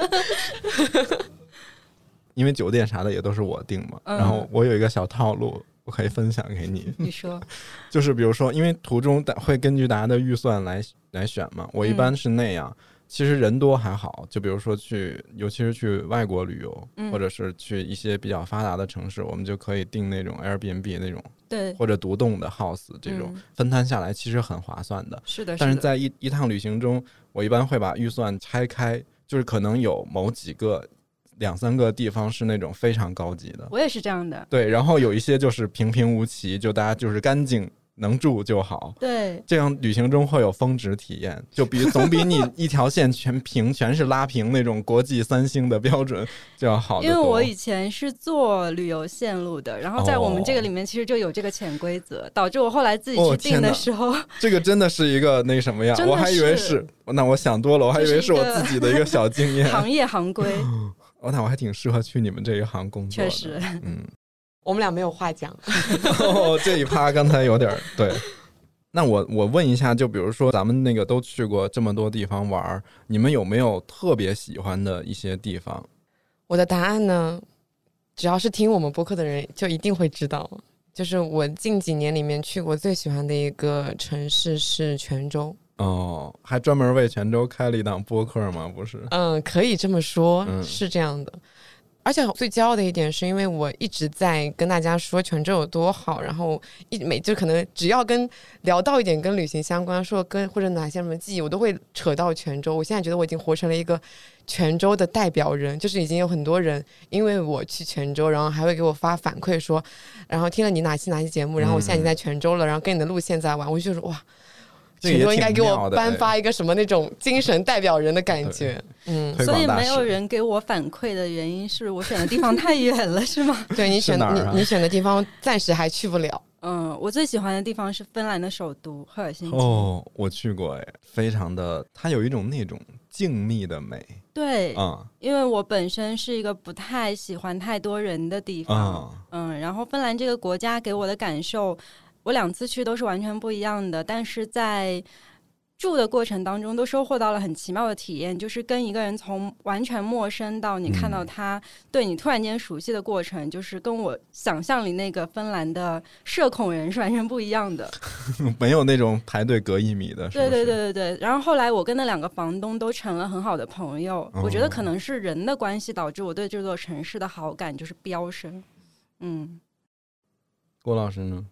Speaker 6: 因为酒店啥的也都是我订嘛，然后我有一个小套路，我可以分享给你。
Speaker 8: 你说，
Speaker 6: 就是比如说，因为途中会根据大家的预算来选嘛，我一般是那样。其实人多还好，就比如说尤其是去外国旅游，或者是去一些比较发达的城市，我们就可以订那种 Airbnb 那种，
Speaker 8: 对，
Speaker 6: 或者独栋的 house 这种，分摊下来其实很划算的。
Speaker 8: 是的。
Speaker 6: 但是在一趟旅行中，我一般会把预算拆开，就是可能有某几个 2-3个地方是那种非常高级的，
Speaker 8: 我也是这样的。
Speaker 6: 对，然后有一些就是平平无奇，就大家就是干净能住就好，
Speaker 8: 对，
Speaker 6: 这样旅行中会有峰值体验，就总比你一条线全是拉平那种国际3星的标准就要好得多。
Speaker 8: 因为我以前是做旅游线路的，然后在我们这个里面其实就有这个潜规则，导致我后来自己去定的时候，
Speaker 6: 这个真的是一个那什么呀？我还以为是，那我想多了，我还以为是我自己的一个小经验。
Speaker 8: 行业行规。
Speaker 6: 那我还挺适合去你们这一行工作的。
Speaker 8: 确实，
Speaker 7: 我们俩没有话讲。
Speaker 6: 这一趴刚才有点对。那我问一下，就比如说咱们那个都去过这么多地方玩，你们有没有特别喜欢的一些地方？
Speaker 7: 我的答案呢，只要是听我们播客的人就一定会知道，就是我近几年里面去过最喜欢的一个城市是泉州。
Speaker 6: 哦，还专门为泉州开了一档播客吗？不是？
Speaker 7: 可以这么说，是这样的。而且最骄傲的一点是因为我一直在跟大家说泉州有多好，然后就可能只要聊到一点跟旅行相关，说或者哪些什么记忆，我都会扯到泉州。我现在觉得我已经活成了一个泉州的代表人，就是已经有很多人因为我去泉州，然后还会给我发反馈说，然后听了你哪期节目，然后我现在已经在泉州了，然后跟你的路线在玩，我就说哇，泉州应该给我颁发一个什么那种精神代表人的感觉。
Speaker 8: 所以没有人给我反馈的原因是我选的地方太远了，是吗？
Speaker 7: 对，你选的地方暂时还去不了。
Speaker 8: 我最喜欢的地方是芬兰的首都赫尔辛基。
Speaker 6: 我去过，非常的，它有一种那种静谧的美。
Speaker 8: 对，因为我本身是一个不太喜欢太多人的地方，然后芬兰这个国家给我的感受，我2次去都是完全不一样的，但是在住的过程当中都收获到了很奇妙的体验，就是跟一个人从完全陌生到你看到他对你突然间熟悉的过程，就是跟我想象里那个芬兰的社恐人是完全不一样的。
Speaker 6: 没有那种排队隔1米的。
Speaker 8: 对对对对对。然后后来我跟那2个房东都成了很好的朋友，我觉得可能是人的关系导致我对这座城市的好感就是飙升。
Speaker 6: 郭老师呢？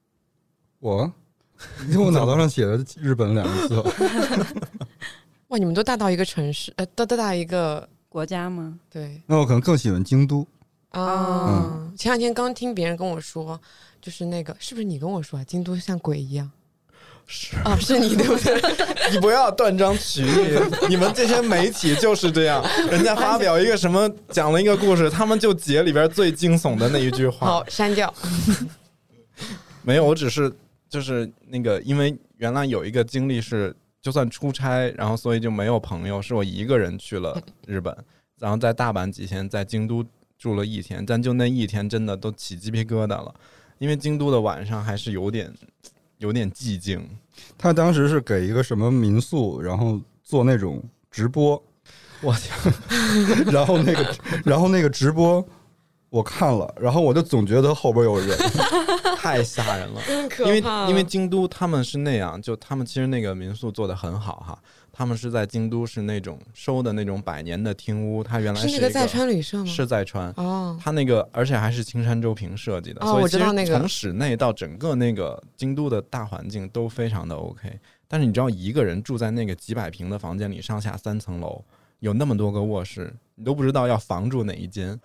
Speaker 5: 我脑袋上写的日本2个字。
Speaker 7: 哇，你们都大到一个城市，都大到一个
Speaker 8: 国家吗？
Speaker 7: 对。
Speaker 5: 那我可能更喜欢京都。
Speaker 7: 前2天刚听别人跟我说，就是那个是不是你跟我说京都像鬼一样？是你对不对？
Speaker 6: 你不要断章取义，你们这些媒体就是这样，人家发表一个什么讲了一个故事，他们就截里边最惊悚的那一句话。
Speaker 7: 好，删掉。
Speaker 6: 没有，我只是就是那个，因为原来有一个经历是，就算出差，然后所以就没有朋友，是我一个人去了日本，然后在大阪几天，在京都住了1天，但就那1天真的都起鸡皮疙瘩了，因为京都的晚上还是有点寂静。
Speaker 5: 他当时是给一个什么民宿，然后做那种直播，
Speaker 6: 我天！
Speaker 5: 然后那个直播我看了，然后我就总觉得后边有人。
Speaker 6: 太吓人了，因为京都他们是那样，就他们其实那个民宿做得很好哈，他们是在京都是那种收的那种100年的厅屋，它原来是
Speaker 7: 那个在川旅社吗？
Speaker 6: 是在川它那个而且还是青山周平设计的，所以其实从室内到整个那个京都的大环境都非常的 OK。但是你知道一个人住在那个几百平的房间里，上下3层楼，有那么多个卧室，你都不知道要房住哪一间。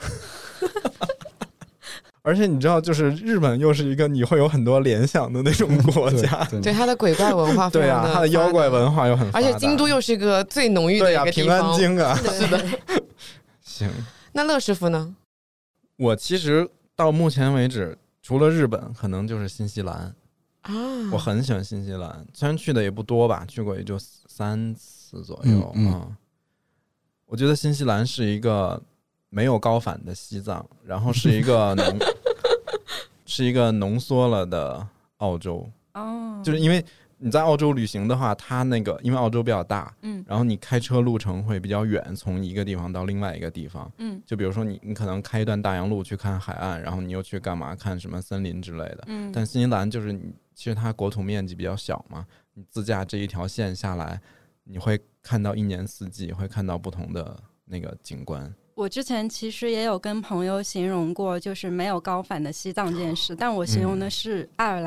Speaker 6: 而且你知道，就是日本又是一个你会有很多联想的那种国家，
Speaker 7: 对它的鬼怪文化非常的，
Speaker 6: 对啊，它的妖怪文化又很发达，
Speaker 7: 而且京都又是一个最浓郁的一个地方，
Speaker 6: 平安京啊，
Speaker 7: 是的。
Speaker 6: 行，
Speaker 7: 那乐师傅呢？
Speaker 6: 我其实到目前为止，除了日本，可能就是新西兰啊。我很喜欢新西兰，虽然去的也不多吧，去过也就3次左右我觉得新西兰是一个没有高反的西藏，然后是一个是一个浓缩了的澳洲。就是因为你在澳洲旅行的话，它那个因为澳洲比较大，然后你开车路程会比较远，从一个地方到另外一个地方，就比如说你可能开一段大洋路去看海岸，然后你又去干嘛看什么森林之类的，但新西兰就是其实它国土面积比较小嘛，你自驾这一条线下来，你会看到1年4季，会看到不同的那个景观。
Speaker 8: 我之前其实也有跟朋友形容过就是没有高反的西藏这件事，但我形容的是爱尔兰。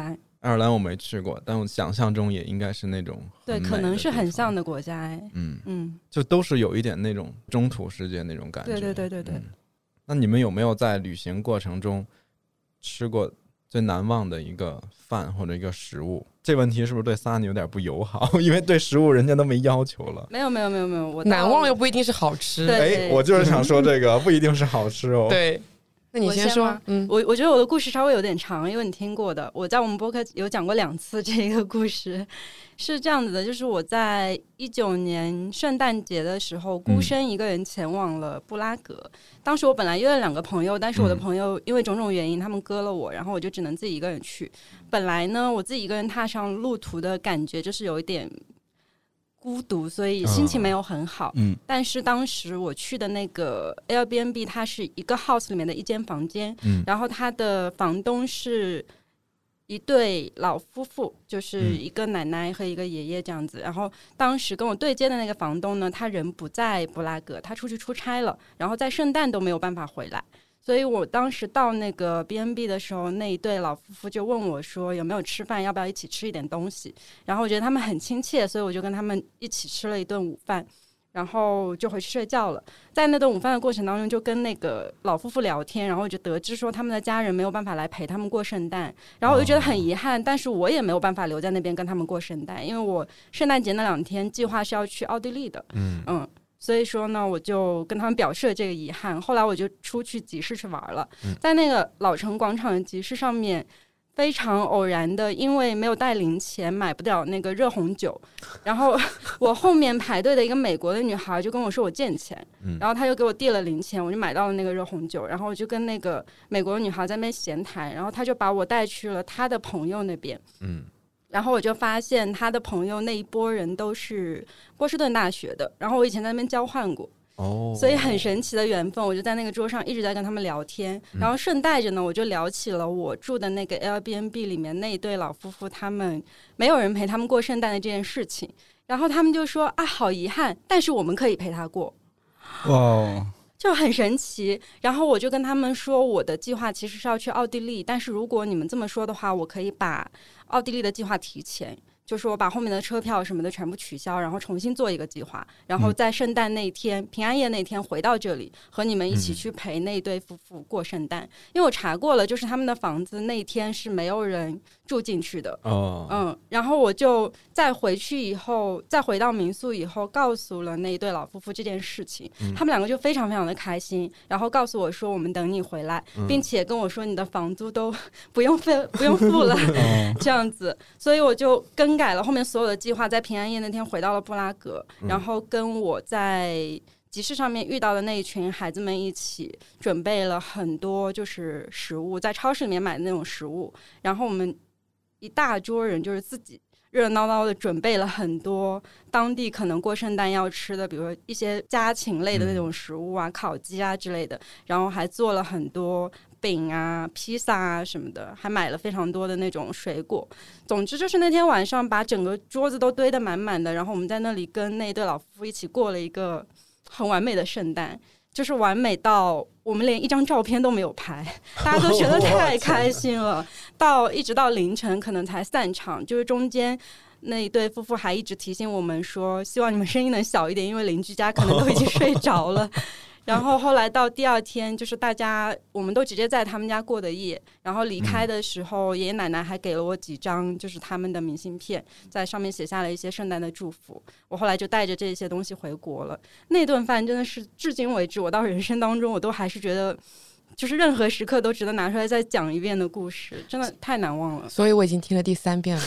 Speaker 6: 爱尔兰我没去过，但我想象中也应该是那种
Speaker 8: 对，可能是很像的国家。
Speaker 6: 就都是有一点那种中土世界那种感觉。
Speaker 8: 对。
Speaker 6: 那你们有没有在旅行过程中吃过最难忘的一个饭或者一个食物？这问题是不是对萨尼有点不友好？因为对食物人家都没要求了。
Speaker 8: 没有，我
Speaker 7: 难忘又不一定是好吃。
Speaker 6: 我就是想说这个不一定是好吃哦。
Speaker 7: 对，那你先说。
Speaker 8: 我觉得我的故事稍微有点长，因为你听过的，我在我们播客有讲过2次这个故事。是这样子的，就是我在19年圣诞节的时候孤身一个人前往了布拉格。当时我本来约了2个朋友，但是我的朋友因为种种原因他们割了我，然后我就只能自己一个人去。本来呢我自己一个人踏上路途的感觉就是有一点孤独，所以心情没有很好。但是当时我去的那个 Airbnb 它是一个 house 里面的一间房间，然后它的房东是一对老夫妇，就是一个奶奶和一个爷爷这样子。然后当时跟我对接的那个房东呢，他人不在布拉格，他出去出差了，然后在圣诞都没有办法回来。所以我当时到那个 B&B 的时候，那一对老夫妇就问我说有没有吃饭，要不要一起吃一点东西。然后我觉得他们很亲切，所以我就跟他们一起吃了一顿午饭，然后就回去睡觉了。在那顿午饭的过程当中就跟那个老夫妇聊天，然后我就得知说他们的家人没有办法来陪他们过圣诞，然后我就觉得很遗憾，但是我也没有办法留在那边跟他们过圣诞，因为我圣诞节那2天计划是要去奥地利的。所以说呢我就跟他们表示了这个遗憾。后来我就出去集市去玩了，在那个老城广场的集市上面非常偶然的，因为没有带零钱买不了那个热红酒，然后我后面排队的一个美国的女孩就跟我说我借钱，然后她就给我递了零钱，我就买到了那个热红酒。然后我就跟那个美国的女孩在那边闲谈，然后她就把我带去了她的朋友那边。然后我就发现他的朋友那一波人都是波士顿大学的，然后我以前在那边交换过，所以很神奇的缘分。我就在那个桌上一直在跟他们聊天，然后顺带着呢我就聊起了我住的那个 Airbnb 里面那一对老夫妇他们没有人陪他们过圣诞的这件事情。然后他们就说啊好遗憾，但是我们可以陪他过。
Speaker 5: 哇，
Speaker 8: 就很神奇。然后我就跟他们说我的计划其实是要去奥地利，但是如果你们这么说的话，我可以把奥地利的计划提前，就是我把后面的车票什么的全部取消，然后重新做一个计划，然后在圣诞那天平安夜那天回到这里和你们一起去陪那对夫妇过圣诞。因为我查过了，就是他们的房子那天是没有人住进去的。然后我就再回去以后，再回到民宿以后告诉了那一对老夫妇这件事情，他们2个就非常非常的开心，然后告诉我说我们等你回来，并且跟我说你的房租都不用付了这样子。所以我就更改了后面所有的计划，在平安夜那天回到了布拉格，然后跟我在集市上面遇到的那一群孩子们一起准备了很多就是食物，在超市里面买的那种食物，然后我们一大桌人就是自己热闹闹的准备了很多当地可能过圣诞要吃的，比如说一些家禽类的那种食物啊，烤鸡啊之类的，然后还做了很多饼啊披萨啊什么的，还买了非常多的那种水果。总之就是那天晚上把整个桌子都堆得满满的，然后我们在那里跟那对老夫妇一起过了一个很完美的圣诞，就是完美到我们连一张照片都没有拍，大家都觉得太开心了一直到凌晨可能才散场，就是中间那一对夫妇还一直提醒我们说希望你们声音能小一点，因为邻居家可能都已经睡着了然后后来到第2天就是我们都直接在他们家过的夜，然后离开的时候爷爷奶奶还给了我几张就是他们的明信片，在上面写下了一些圣诞的祝福。我后来就带着这些东西回国了。那顿饭真的是至今为止我到人生当中我都还是觉得就是任何时刻都值得拿出来再讲一遍的故事，真的太难忘了。
Speaker 7: 所以我已经听了第3遍了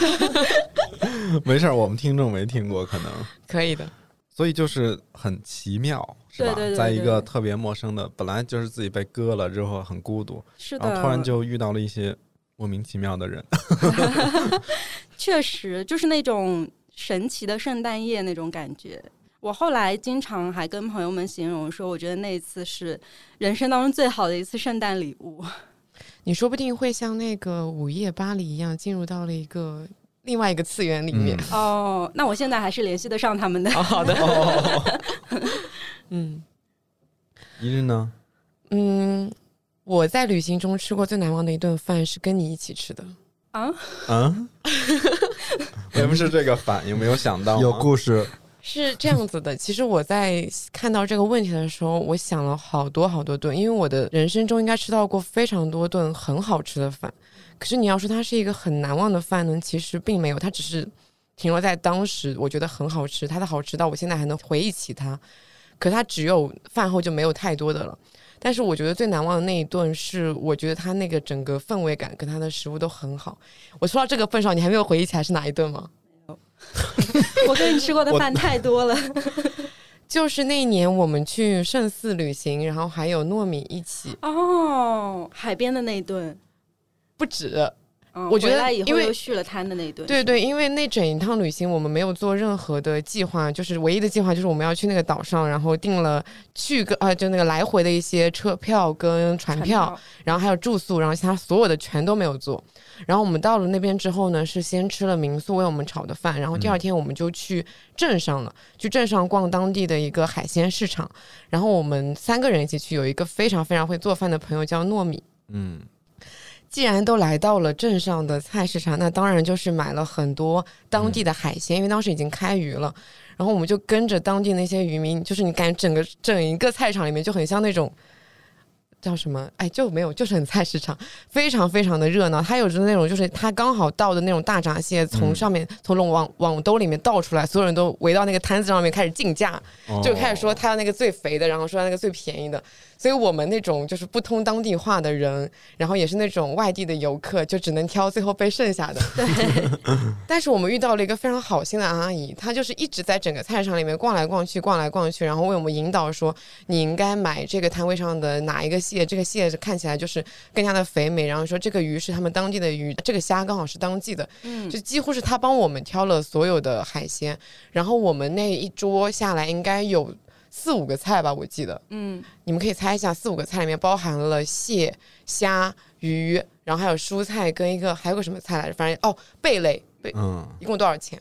Speaker 6: 没事，我们听众没听过可能
Speaker 7: 可以的。
Speaker 6: 所以就是很奇妙是吧？
Speaker 8: 对，
Speaker 6: 在一个特别陌生的，本来就是自己被割了之后很孤独，
Speaker 8: 是的，
Speaker 6: 然后突然就遇到了一些莫名其妙的人
Speaker 8: 确实就是那种神奇的圣诞夜那种感觉。我后来经常还跟朋友们形容说我觉得那一次是人生当中最好的一次圣诞礼物。
Speaker 7: 你说不定会像那个午夜巴黎一样进入到了另外一个次元里面。
Speaker 8: 那我现在还是联系得上他们的。
Speaker 7: 好的
Speaker 6: 一日呢？
Speaker 7: 我在旅行中吃过最难忘的一顿饭是跟你一起吃的。
Speaker 6: 为什么是这个反应？没有想到吗？
Speaker 5: 有故事。
Speaker 7: 是这样子的，其实我在看到这个问题的时候，我想了好多好多顿，因为我的人生中应该吃到过非常多顿很好吃的饭，可是你要说它是一个很难忘的饭呢，其实并没有，它只是停留在当时我觉得很好吃，它的好吃到我现在还能回忆起它，可它只有饭后就没有太多的了。但是我觉得最难忘的那一顿是，我觉得它那个整个氛围感跟它的食物都很好。我说到这个份上，你还没有回忆起来是哪一顿吗？
Speaker 8: 我跟你吃过的饭太多了。
Speaker 7: 就是那一年我们去圣寺旅行，然后还有糯米一起。
Speaker 8: 哦，海边的那一顿
Speaker 7: 不止。我觉得
Speaker 8: 以后又续了摊的那一顿。
Speaker 7: 对对，因为那整一趟旅行我们没有做任何的计划，就是唯一的计划就是我们要去那个岛上，然后订了就那个来回的一些车票跟船票，然后还有住宿，然后其他所有的全都没有做。然后我们到了那边之后呢，是先吃了民宿为我们炒的饭，然后第二天我们就去镇上了，去镇上逛当地的一个海鲜市场。然后我们3个人一起去，有一个非常非常会做饭的朋友叫糯米。既然都来到了镇上的菜市场，那当然就是买了很多当地的海鲜，因为当时已经开渔了。然后我们就跟着当地那些渔民，就是你感觉整一个菜场里面就很像那种叫什么，就没有，就是很菜市场，非常非常的热闹。它有着那种就是它刚好倒的那种大闸蟹从上面从往兜里面倒出来，所有人都围到那个摊子上面开始竞价，就开始说他要那个最肥的，然后说那个最便宜的。所以我们那种就是不通当地话的人，然后也是那种外地的游客，就只能挑最后被剩下的。但是我们遇到了一个非常好心的阿姨，她就是一直在整个菜市场里面逛来逛去，然后为我们引导说你应该买这个摊位上的哪一个蟹，这个蟹看起来就是更加的肥美，然后说这个鱼是他们当地的鱼，这个虾刚好是当季的，就几乎是她帮我们挑了所有的海鲜。然后我们那一桌下来应该有4-5个菜吧，我记得。你们可以猜一下，4-5个菜里面包含了蟹、虾、鱼，然后还有蔬菜跟还有个什么菜来着？反正贝类，一共多少钱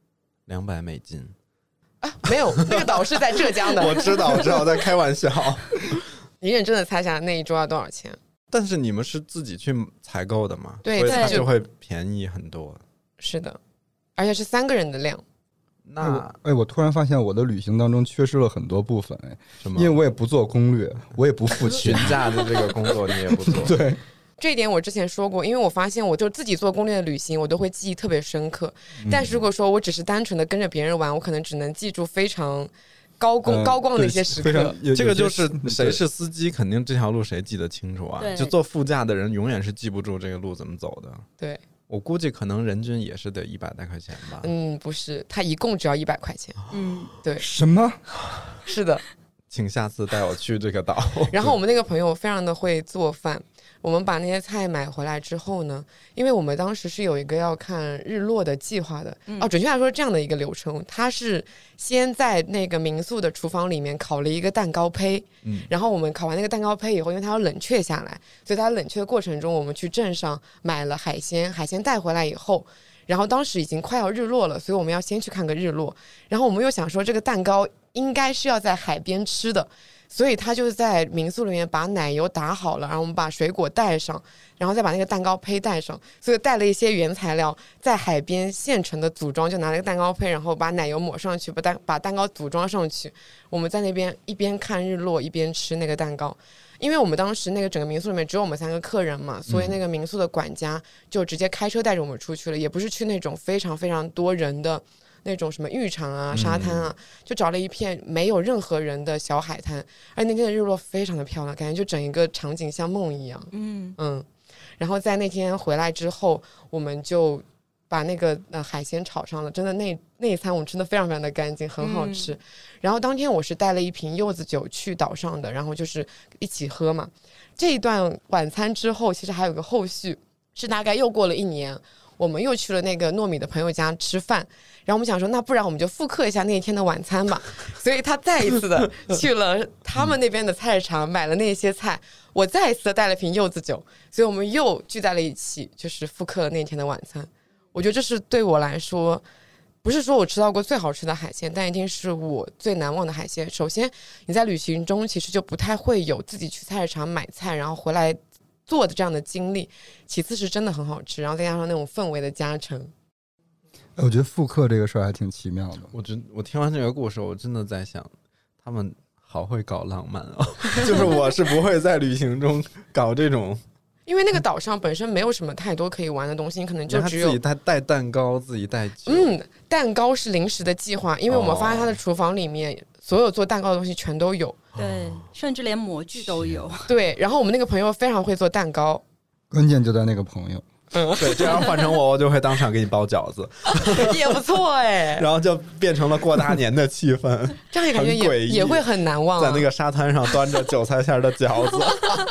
Speaker 6: ？200美金
Speaker 7: 啊？没有，那个岛是在浙江的。
Speaker 6: 我知道，在开玩笑。
Speaker 7: 你认真的猜一下那一桌要多少钱？
Speaker 6: 但是你们是自己去采购的嘛？
Speaker 7: 对，
Speaker 6: 所以它就会便宜很多。
Speaker 7: 是的，而且是3个人的量。
Speaker 5: 我突然发现我的旅行当中缺失了很多部分，因为我也不做攻略，我也不付钱，
Speaker 6: 询价的这个工作你也不做。
Speaker 5: 对，
Speaker 7: 这一点我之前说过，因为我发现我就自己做攻略的旅行，我都会记忆特别深刻。但是如果说我只是单纯的跟着别人玩，我可能只能记住非常高光的一些时刻。
Speaker 6: 这个就是谁是司机，肯定这条路谁记得清楚啊？就坐副驾的人永远是记不住这个路怎么走的。
Speaker 7: 对。
Speaker 6: 我估计可能人均也是得100来块钱吧。
Speaker 7: 不是，他一共只要100块钱。对。
Speaker 5: 什么？
Speaker 7: 是的。
Speaker 6: 请下次带我去这个岛。
Speaker 7: 然后我们那个朋友非常的会做饭，我们把那些菜买回来之后呢，因为我们当时是有一个要看日落的计划的。准确来说这样的一个流程，他是先在那个民宿的厨房里面烤了一个蛋糕胚，然后我们烤完那个蛋糕胚以后，因为它要冷却下来，所以它冷却的过程中我们去镇上买了海鲜带回来以后，然后当时已经快要日落了，所以我们要先去看个日落。然后我们又想说这个蛋糕应该是要在海边吃的，所以他就在民宿里面把奶油打好了，然后我们把水果带上，然后再把那个蛋糕胚带上，所以带了一些原材料，在海边现成的组装，就拿了个蛋糕胚，然后把奶油抹上去，把蛋糕组装上去。我们在那边一边看日落一边吃那个蛋糕。因为我们当时那个整个民宿里面只有我们3个客人嘛，所以那个民宿的管家就直接开车带着我们出去了，也不是去那种非常非常多人的那种什么浴场啊沙滩啊，就找了一片没有任何人的小海滩，而且那天的日落非常的漂亮，感觉就整一个场景像梦一样。然后在那天回来之后，我们就把那个海鲜炒上了，真的那一餐我们吃的非常非常的干净，很好吃。然后当天我是带了一瓶柚子酒去岛上的，然后就是一起喝嘛。这一段晚餐之后，其实还有个后续，是大概又过了1年，我们又去了那个糯米的朋友家吃饭，然后我们想说那不然我们就复刻一下那一天的晚餐吧，所以他再一次的去了他们那边的菜市场买了那些菜，我再一次的带了瓶柚子酒，所以我们又聚在了一起，就是复刻了那天的晚餐。我觉得这是对我来说不是说我吃到过最好吃的海鲜，但一定是我最难忘的海鲜。首先你在旅行中其实就不太会有自己去菜市场买菜然后回来做的这样的经历，其次是真的很好吃，然后再加上那种氛围的加成。
Speaker 5: 我觉得复刻这个事儿还挺奇妙的。
Speaker 6: 我听完这个故事，我真的在想，他们好会搞浪漫啊！就是我是不会在旅行中搞这种，
Speaker 7: 因为那个岛上本身没有什么太多可以玩的东西，你可能就只有
Speaker 6: 自己带蛋糕，自己带酒。
Speaker 7: 蛋糕是临时的计划，因为我们发现他的厨房里面所有做蛋糕的东西全都有，
Speaker 8: 对，甚至连模具都有。
Speaker 7: 对，然后我们那个朋友非常会做蛋糕，
Speaker 5: 关键就在那个朋友。
Speaker 6: 对，这样换成我就会当场给你包饺子，
Speaker 7: 也不错哎。
Speaker 6: 然后就变成了过大年的气氛，
Speaker 7: 这样也感觉也会很难忘、
Speaker 6: 在那个沙滩上端着韭菜馅的饺子。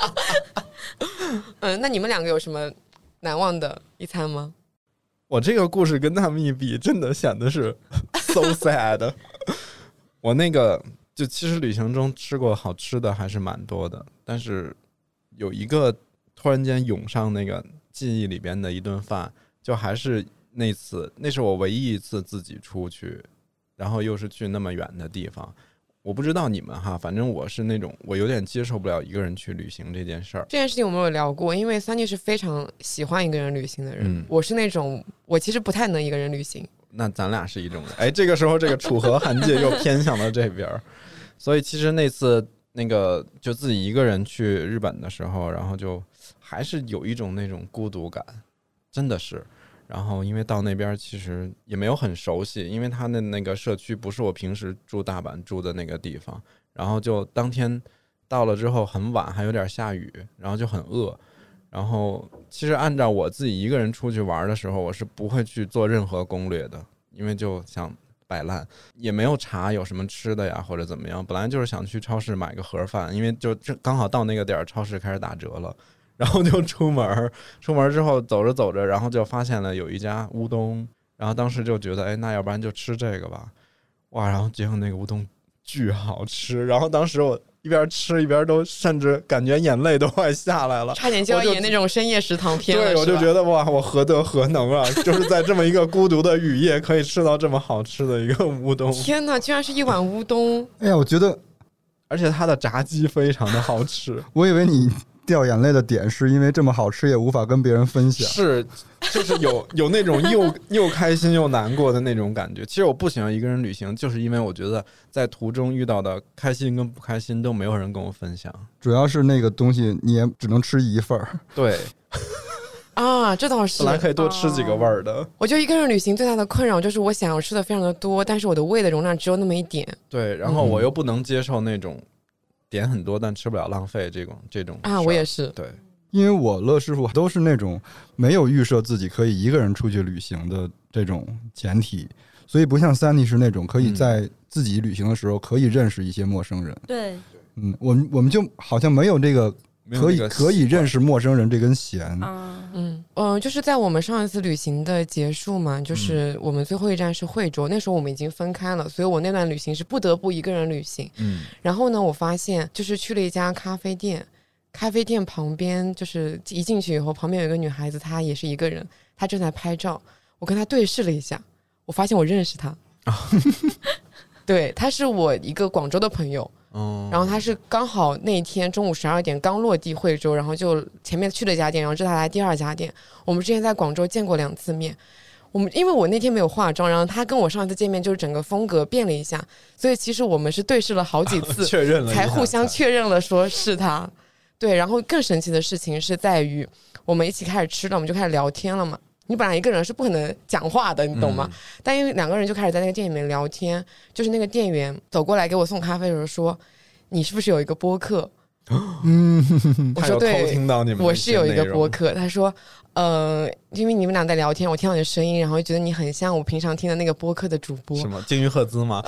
Speaker 7: 那你们两个有什么难忘的一餐吗？
Speaker 6: 我这个故事跟他们一比，真的显得是 so sad。我那个就其实旅行中吃过好吃的还是蛮多的，但是有一个突然间涌上那个记忆里边的一顿饭，就还是那是我唯一一次自己出去，然后又是去那么远的地方。我不知道你们哈，反正我是那种我有点接受不了一个人去旅行这件事儿。
Speaker 7: 这件事情我们有聊过，因为Sunny是非常喜欢一个人旅行的人，我是那种我其实不太能一个人旅行。
Speaker 6: 那咱俩是一种人。哎，这个时候这个楚河汉界又偏向了这边，所以其实那次那个就自己一个人去日本的时候，然后就还是有一种那种孤独感，真的是。然后因为到那边其实也没有很熟悉，因为他的那个社区不是我平时住大阪住的那个地方，然后就当天到了之后很晚，还有点下雨，然后就很饿。然后其实按照我自己一个人出去玩的时候，我是不会去做任何攻略的，因为就想摆烂，也没有查有什么吃的呀或者怎么样，本来就是想去超市买个盒饭，因为就刚好到那个点儿超市开始打折了，然后就出门之后走着走着，然后就发现了有一家乌冬，然后当时就觉得哎，那要不然就吃这个吧。哇，然后结果那个乌冬巨好吃，然后当时我一边吃一边都甚至感觉眼泪都快下来了，
Speaker 7: 差点就要演那种深夜食堂片了。
Speaker 6: 对，我就觉得哇，我何德何能啊，就是在这么一个孤独的雨夜可以吃到这么好吃的一个乌冬。
Speaker 7: 天哪，居然是一碗乌冬！
Speaker 5: 哎呀，我觉得
Speaker 6: 而且它的炸鸡非常的好吃。
Speaker 5: 我以为你掉眼泪的点是因为这么好吃也无法跟别人分享，
Speaker 6: 是就是有那种又开心又难过的那种感觉。其实我不喜欢一个人旅行，就是因为我觉得在途中遇到的开心跟不开心都没有人跟我分享，
Speaker 5: 主要是那个东西你也只能吃一份儿。
Speaker 6: 对
Speaker 7: 啊，这倒是，
Speaker 6: 本来可以多吃几个味儿的。
Speaker 7: 我觉得一个人旅行最大的困扰就是我想要吃的非常的多，但是我的胃的容量只有那么一点。
Speaker 6: 对，然后我又不能接受那种点很多但吃不了浪费这种
Speaker 7: 啊，我也是。
Speaker 6: 对，
Speaker 5: 因为我乐师傅都是那种没有预设自己可以一个人出去旅行的这种前提，所以不像Sunny是那种可以在自己旅行的时候可以认识一些陌生人。
Speaker 8: 对，
Speaker 5: 我们就好像没有这个可以认识陌生人这根弦。
Speaker 7: 就是在我们上一次旅行的结束嘛，就是我们最后一站是惠州，那时候我们已经分开了，所以我那段旅行是不得不一个人旅行。然后呢，我发现就是去了一家咖啡店，咖啡店旁边就是一进去以后，旁边有一个女孩子，她也是一个人，她正在拍照。我跟她对视了一下，我发现我认识她。对，她是我一个广州的朋友。然后他是刚好那天中午12点刚落地惠州，然后就前面去了一家店，然后这他来第二家店。我们之前在广州见过2次面，因为我那天没有化妆，然后他跟我上一次见面就是整个风格变了一下，所以其实我们是对视了好几次
Speaker 6: 确认了
Speaker 7: 才互相确认了说是他。对，然后更神奇的事情是在于我们一起开始吃了，我们就开始聊天了嘛。你本来一个人是不可能讲话的，你懂吗？但因为2个人就开始在那个店里面聊天，就是那个店员走过来给我送咖啡的时候说：“你是不是有一个播客？”我说对，
Speaker 6: 偷听到你们
Speaker 7: 我是有一个播客。他说：“因为你们俩在聊天，我听到你的声音，然后觉得你很像我平常听的那个播客的主播。”
Speaker 6: 什么鲸鱼赫兹吗？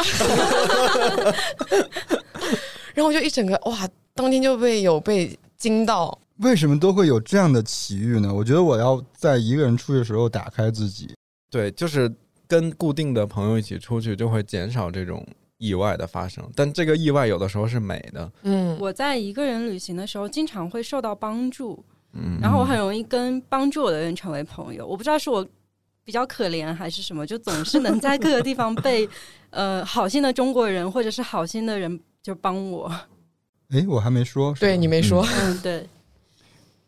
Speaker 7: 然后我就一整个哇，当天就被惊到。
Speaker 5: 为什么都会有这样的奇遇呢？我觉得我要在一个人出去的时候打开自己。
Speaker 6: 对，就是跟固定的朋友一起出去，就会减少这种意外的发生，但这个意外有的时候是美的。
Speaker 8: 我在一个人旅行的时候经常会受到帮助，然后我很容易跟帮助我的人成为朋友。我不知道是我比较可怜还是什么，就总是能在各个地方被好心的中国人或者是好心的人就帮我。
Speaker 5: 我还没说。
Speaker 7: 对，你没说。
Speaker 8: 对。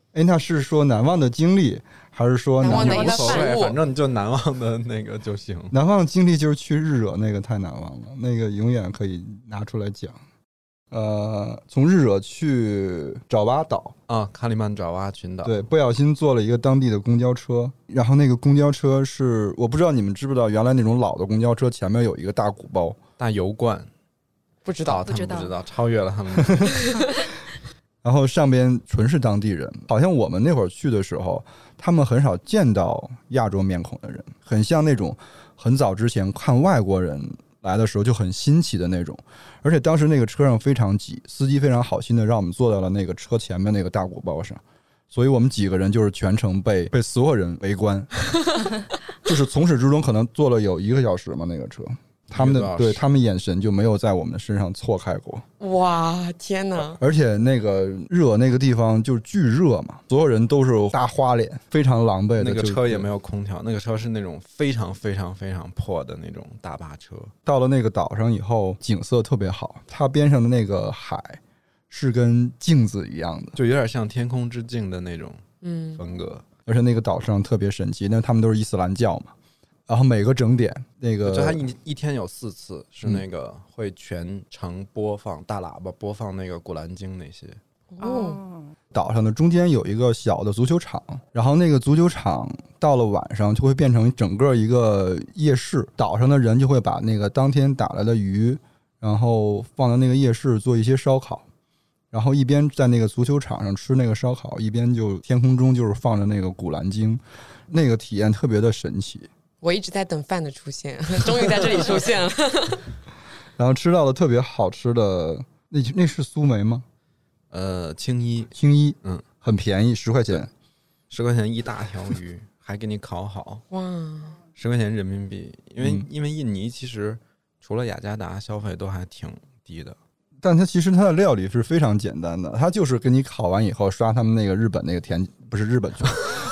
Speaker 5: 那是说难忘的经历，还是说
Speaker 7: 难忘的
Speaker 6: 无所谓，
Speaker 7: 食物
Speaker 6: 反正你就难忘的那个就行。
Speaker 5: 难忘的经历就是去日惹，那个太难忘了，那个永远可以拿出来讲。从日惹去爪哇岛
Speaker 6: 啊，卡里曼爪哇群岛，
Speaker 5: 对，不小心坐了一个当地的公交车，然后那个公交车是我不知道你们知不知道，原来那种老的公交车前面有一个大鼓包、
Speaker 6: 大油罐，
Speaker 7: 不知道，
Speaker 6: 他们不知道，超越了他们。
Speaker 5: 然后上边纯是当地人，好像我们那会儿去的时候，他们很少见到亚洲面孔的人，很像那种很早之前看外国人来的时候就很新奇的那种。而且当时那个车上非常挤，司机非常好心的让我们坐到了那个车前面那个大鼓包上，所以我们几个人就是全程被所有人围观，就是从始至终可能坐了有1个小时嘛，那个车。他们眼神就没有在我们身上错开过。
Speaker 7: 哇，天哪！
Speaker 5: 而且那个日惹那个地方就是巨热嘛，所有人都是大花脸，非常狼狈的。
Speaker 6: 那个车也没有空调，那个车是那种非常非常非常破的那种大巴车。
Speaker 5: 到了那个岛上以后，景色特别好，它边上的那个海是跟镜子一样的，
Speaker 6: 就有点像天空之镜的那种风格。
Speaker 5: 而且那个岛上特别神奇，那他们都是伊斯兰教嘛。然后每个整点那个，
Speaker 6: 就它一天有4次是那个会全程播放大喇叭播放那个古兰经那些。
Speaker 5: 岛上的中间有一个小的足球场，然后那个足球场到了晚上就会变成整个一个夜市，岛上的人就会把那个当天打来的鱼，然后放在那个夜市做一些烧烤，然后一边在那个足球场上吃那个烧烤，一边就天空中就是放着那个古兰经，那个体验特别的神奇。
Speaker 7: 我一直在等饭的出现，终于在这里出现了。
Speaker 5: 然后吃到了特别好吃的，那是苏梅吗？
Speaker 6: 青衣，
Speaker 5: 很便宜，10块钱
Speaker 6: ，10块钱一大条鱼，还给你烤好。
Speaker 7: 哇
Speaker 6: ，10块钱人民币，因为印尼其实除了雅加达消费都还挺低的。
Speaker 5: 但它其实它的料理是非常简单的，它就是给你烤完以后刷他们那个日本那个不是日本去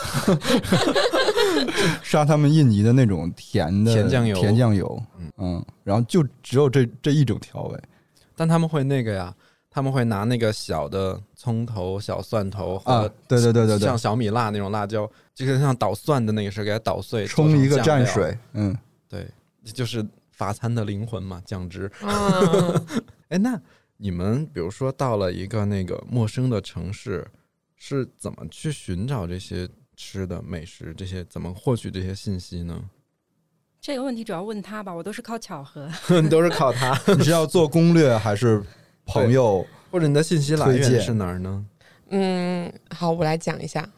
Speaker 5: 刷他们印尼的那种甜酱油，然后就只有这一种调味。
Speaker 6: 但他们会那个呀，他们会拿那个小的葱头、小蒜头
Speaker 5: 啊，对，
Speaker 6: 像小米辣那种辣椒，就是像捣蒜的那个是给它捣碎，
Speaker 5: 冲一个蘸水，
Speaker 6: 对，就是法餐的灵魂嘛，酱汁。那你们比如说到了一个那个陌生的城市，是怎么去寻找这些吃的美食，这些怎么获取这些信息呢？
Speaker 8: 这个问题主要问他吧，我都是靠巧合。
Speaker 6: 你都是靠他？
Speaker 5: 你是要做攻略还是朋友
Speaker 6: 或者你的信息来源是哪儿呢？
Speaker 7: 好，我来讲一下。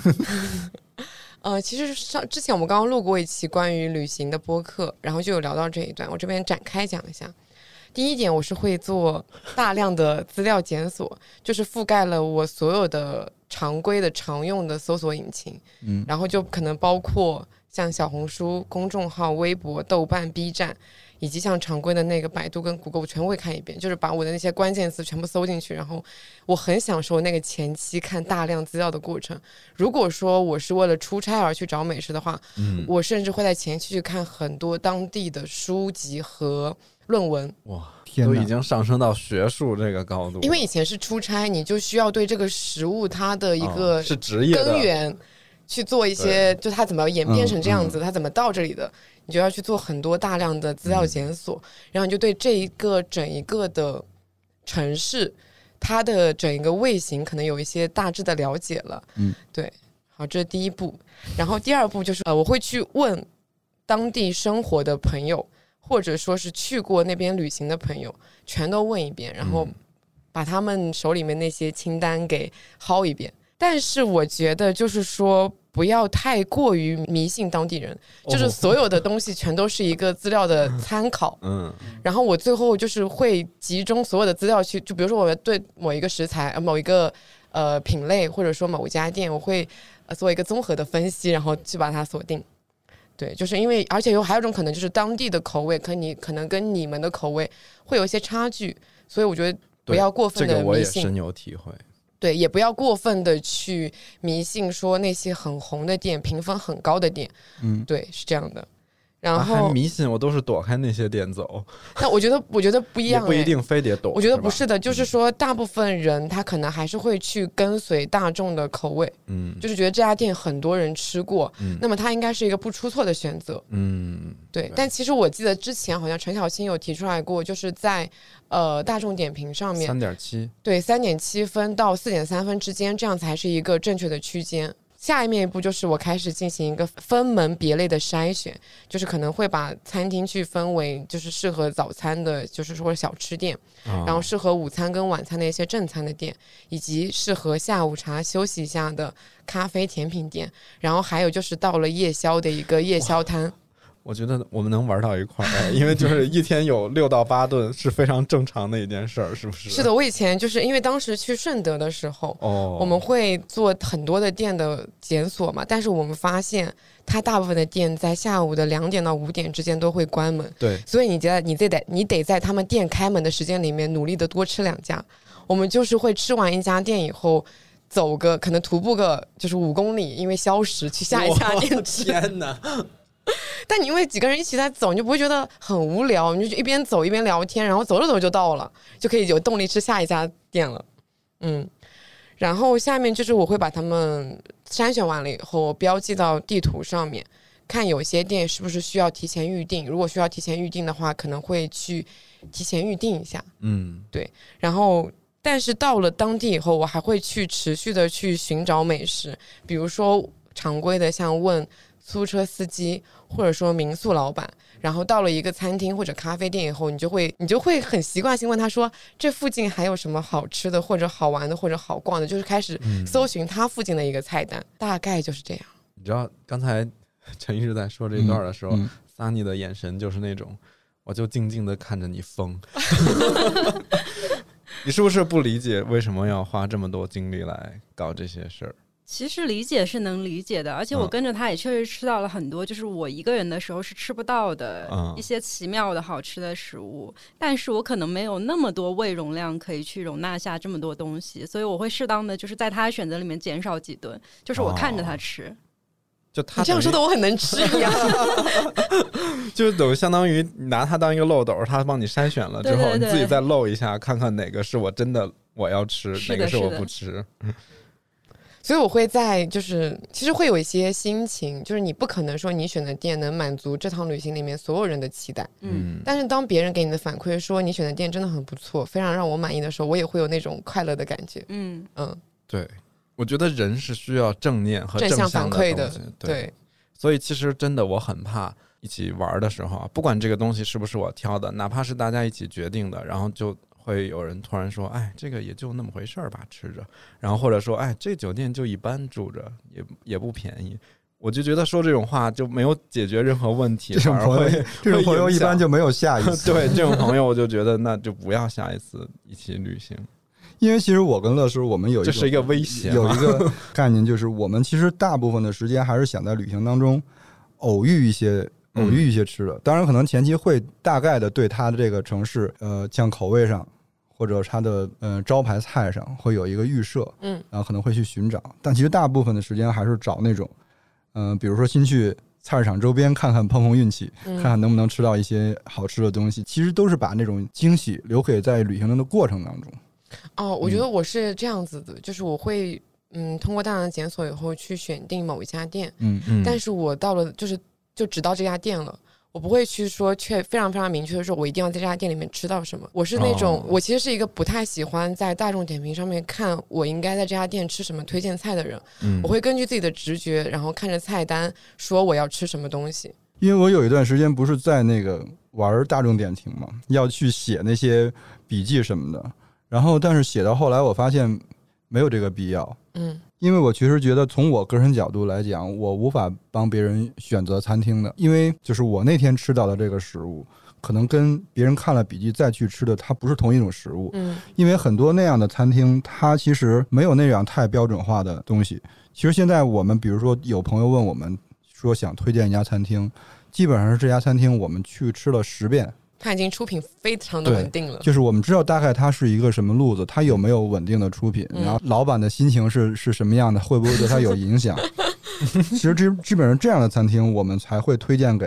Speaker 7: 其实之前我们刚刚录过一期关于旅行的播客，然后就有聊到这一段，我这边展开讲一下。第一点，我是会做大量的资料检索，就是覆盖了我所有的常规的常用的搜索引擎，然后就可能包括像小红书、公众号、微博、豆瓣、B 站，以及像常规的那个百度跟谷歌，我全部会看一遍，就是把我的那些关键词全部搜进去，然后我很享受那个前期看大量资料的过程。如果说我是为了出差而去找美食的话，我甚至会在前期去看很多当地的书籍和论文。
Speaker 6: 哇，都已经上升到学术这个高度。
Speaker 7: 因为以前是出差，你就需要对这个食物它的一个
Speaker 6: 是职业
Speaker 7: 根源去做一些，就它怎么演变成这样子，它怎么到这里的，你就要去做很多大量的资料检索，然后你就对这一个整一个的城市它的整一个味型可能有一些大致的了解了。对，好，这是第一步。然后第二步就是我会去问当地生活的朋友，或者说是去过那边旅行的朋友，全都问一遍，然后把他们手里面那些清单给薅一遍。但是我觉得就是说不要太过于迷信当地人，就是所有的东西全都是一个资料的参考。然后我最后就是会集中所有的资料去，就比如说我对某一个食材、某一个品类，或者说某一家店，我会做一个综合的分析，然后去把它锁定。对，就是因为而且还有一种可能就是当地的口味可能跟你们的口味会有一些差距，所以我觉得不要过分的迷信。
Speaker 6: 这个我也深有体会。
Speaker 7: 对，也不要过分的去迷信说那些很红的店、评分很高的店。对，是这样的。 然后
Speaker 6: 还迷信，我都是躲开那些店走。
Speaker 7: 但我觉得不一样，
Speaker 6: 也不一定非得躲。
Speaker 7: 我觉得不是的，就是说大部分人他可能还是会去跟随大众的口味，就是觉得这家店很多人吃过，那么它应该是一个不出错的选择，对。但其实我记得之前好像陈小青有提出来过，就是在大众点评上面
Speaker 6: 3.7，
Speaker 7: 对3.7分到4.3分之间，这样才是一个正确的区间。下面一步就是我开始进行一个分门别类的筛选，就是可能会把餐厅去分为就是适合早餐的，就是说小吃店，然后适合午餐跟晚餐的一些正餐的店，以及适合下午茶休息一下的咖啡甜品店，然后还有就是到了夜宵的一个夜宵摊。
Speaker 6: 我觉得我们能玩到一块儿，因为就是一天有6到8顿是非常正常的一件事儿，是不是？
Speaker 7: 是的，我以前就是因为当时去顺德的时候，我们会做很多的店的检索嘛，但是我们发现它大部分的店在下午的2点到5点之间都会关门，
Speaker 6: 对，
Speaker 7: 所以你得在他们店开门的时间里面努力的多吃2家。我们就是会吃完一家店以后，走个可能徒步个就是5公里，因为消食去下一家店吃。
Speaker 6: 天哪！
Speaker 7: 但你因为几个人一起在走，你就不会觉得很无聊，你就一边走一边聊天，然后走着走就到了，就可以有动力吃下一家店了。然后下面就是我会把他们筛选完了以后标记到地图上面，看有些店是不是需要提前预定，如果需要提前预定的话，可能会去提前预定一下。对。然后但是到了当地以后，我还会去持续的去寻找美食，比如说常规的像问出租车司机或者说民宿老板，然后到了一个餐厅或者咖啡店以后，你就会很习惯性问他说这附近还有什么好吃的或者好玩的或者好逛的，就是开始搜寻他附近的一个菜单，大概就是这样。
Speaker 6: 你知道刚才陈医师在说这一段的时候，Sunny 的眼神就是那种我就静静的看着你疯你是不是不理解为什么要花这么多精力来搞这些事儿？
Speaker 8: 其实理解是能理解的，而且我跟着他也确实吃到了很多就是我一个人的时候是吃不到的一些奇妙的好吃的食物，但是我可能没有那么多胃容量可以去容纳下这么多东西，所以我会适当的就是在他的选择里面减少几顿，就是我看着他吃。
Speaker 6: 就他
Speaker 7: 你这样说的我很能吃一样
Speaker 6: 就等于相当于拿它当一个漏斗，他帮你筛选了之后，
Speaker 8: 对对对，
Speaker 6: 你自己再漏一下，看看哪个是我真的我要吃，哪个是我不吃。
Speaker 7: 所以我会在就是其实会有一些心情，就是你不可能说你选的店能满足这趟旅行里面所有人的期待，但是当别人给你的反馈说你选的店真的很不错，非常让我满意的时候，我也会有那种快乐的感觉。
Speaker 6: 对，我觉得人是需要正念和正向
Speaker 7: 反馈的。
Speaker 6: 对，所以其实真的我很怕一起玩的时候啊，不管这个东西是不是我挑的，哪怕是大家一起决定的，然后就会有人突然说哎，这个也就那么回事儿吧，吃着，然后或者说哎，这酒店就一般，住着也不便宜，我就觉得说这种话就没有解决任何问题，
Speaker 5: 这种朋友一般就没有下一次
Speaker 6: 对，这种朋友我就觉得那就不要下一次一起旅行。
Speaker 5: 因为其实我跟乐师我们有
Speaker 6: 这是一个威胁，
Speaker 5: 有一个概念，就是我们其实大部分的时间还是想在旅行当中偶遇一些吃的，当然可能前期会大概的对它的这个城市像口味上或者它的招牌菜上会有一个预设，然后可能会去寻找，但其实大部分的时间还是找那种比如说新去菜市场周边看看碰运气，看看能不能吃到一些好吃的东西，其实都是把那种惊喜留给在旅行的过程当中。
Speaker 7: 我觉得我是这样子的，就是我会通过大量的检索以后去选定某一家店，但是我到了就只到这家店了，我不会去说却非常非常明确的说我一定要在这家店里面吃到什么。我是那种我其实是一个不太喜欢在大众点评上面看我应该在这家店吃什么推荐菜的人，我会根据自己的直觉，然后看着菜单说我要吃什么东西。
Speaker 5: 因为我有一段时间不是在那个玩大众点评嘛，要去写那些笔记什么的，然后但是写到后来我发现没有这个必要，因为我确实觉得从我个人角度来讲，我无法帮别人选择餐厅的，因为就是我那天吃到的这个食物可能跟别人看了笔记再去吃的它不是同一种食物，因为很多那样的餐厅它其实没有那样太标准化的东西。其实现在我们比如说有朋友问我们说想推荐一家餐厅，基本上是这家餐厅我们去吃了10遍，
Speaker 7: 它已经出品非常的稳定了，
Speaker 5: 就是我们知道大概它是一个什么路子，它有没有稳定的出品，然后老板的心情是什么样的，会不会对它有影响其实基本上这样的餐厅我们才会推荐给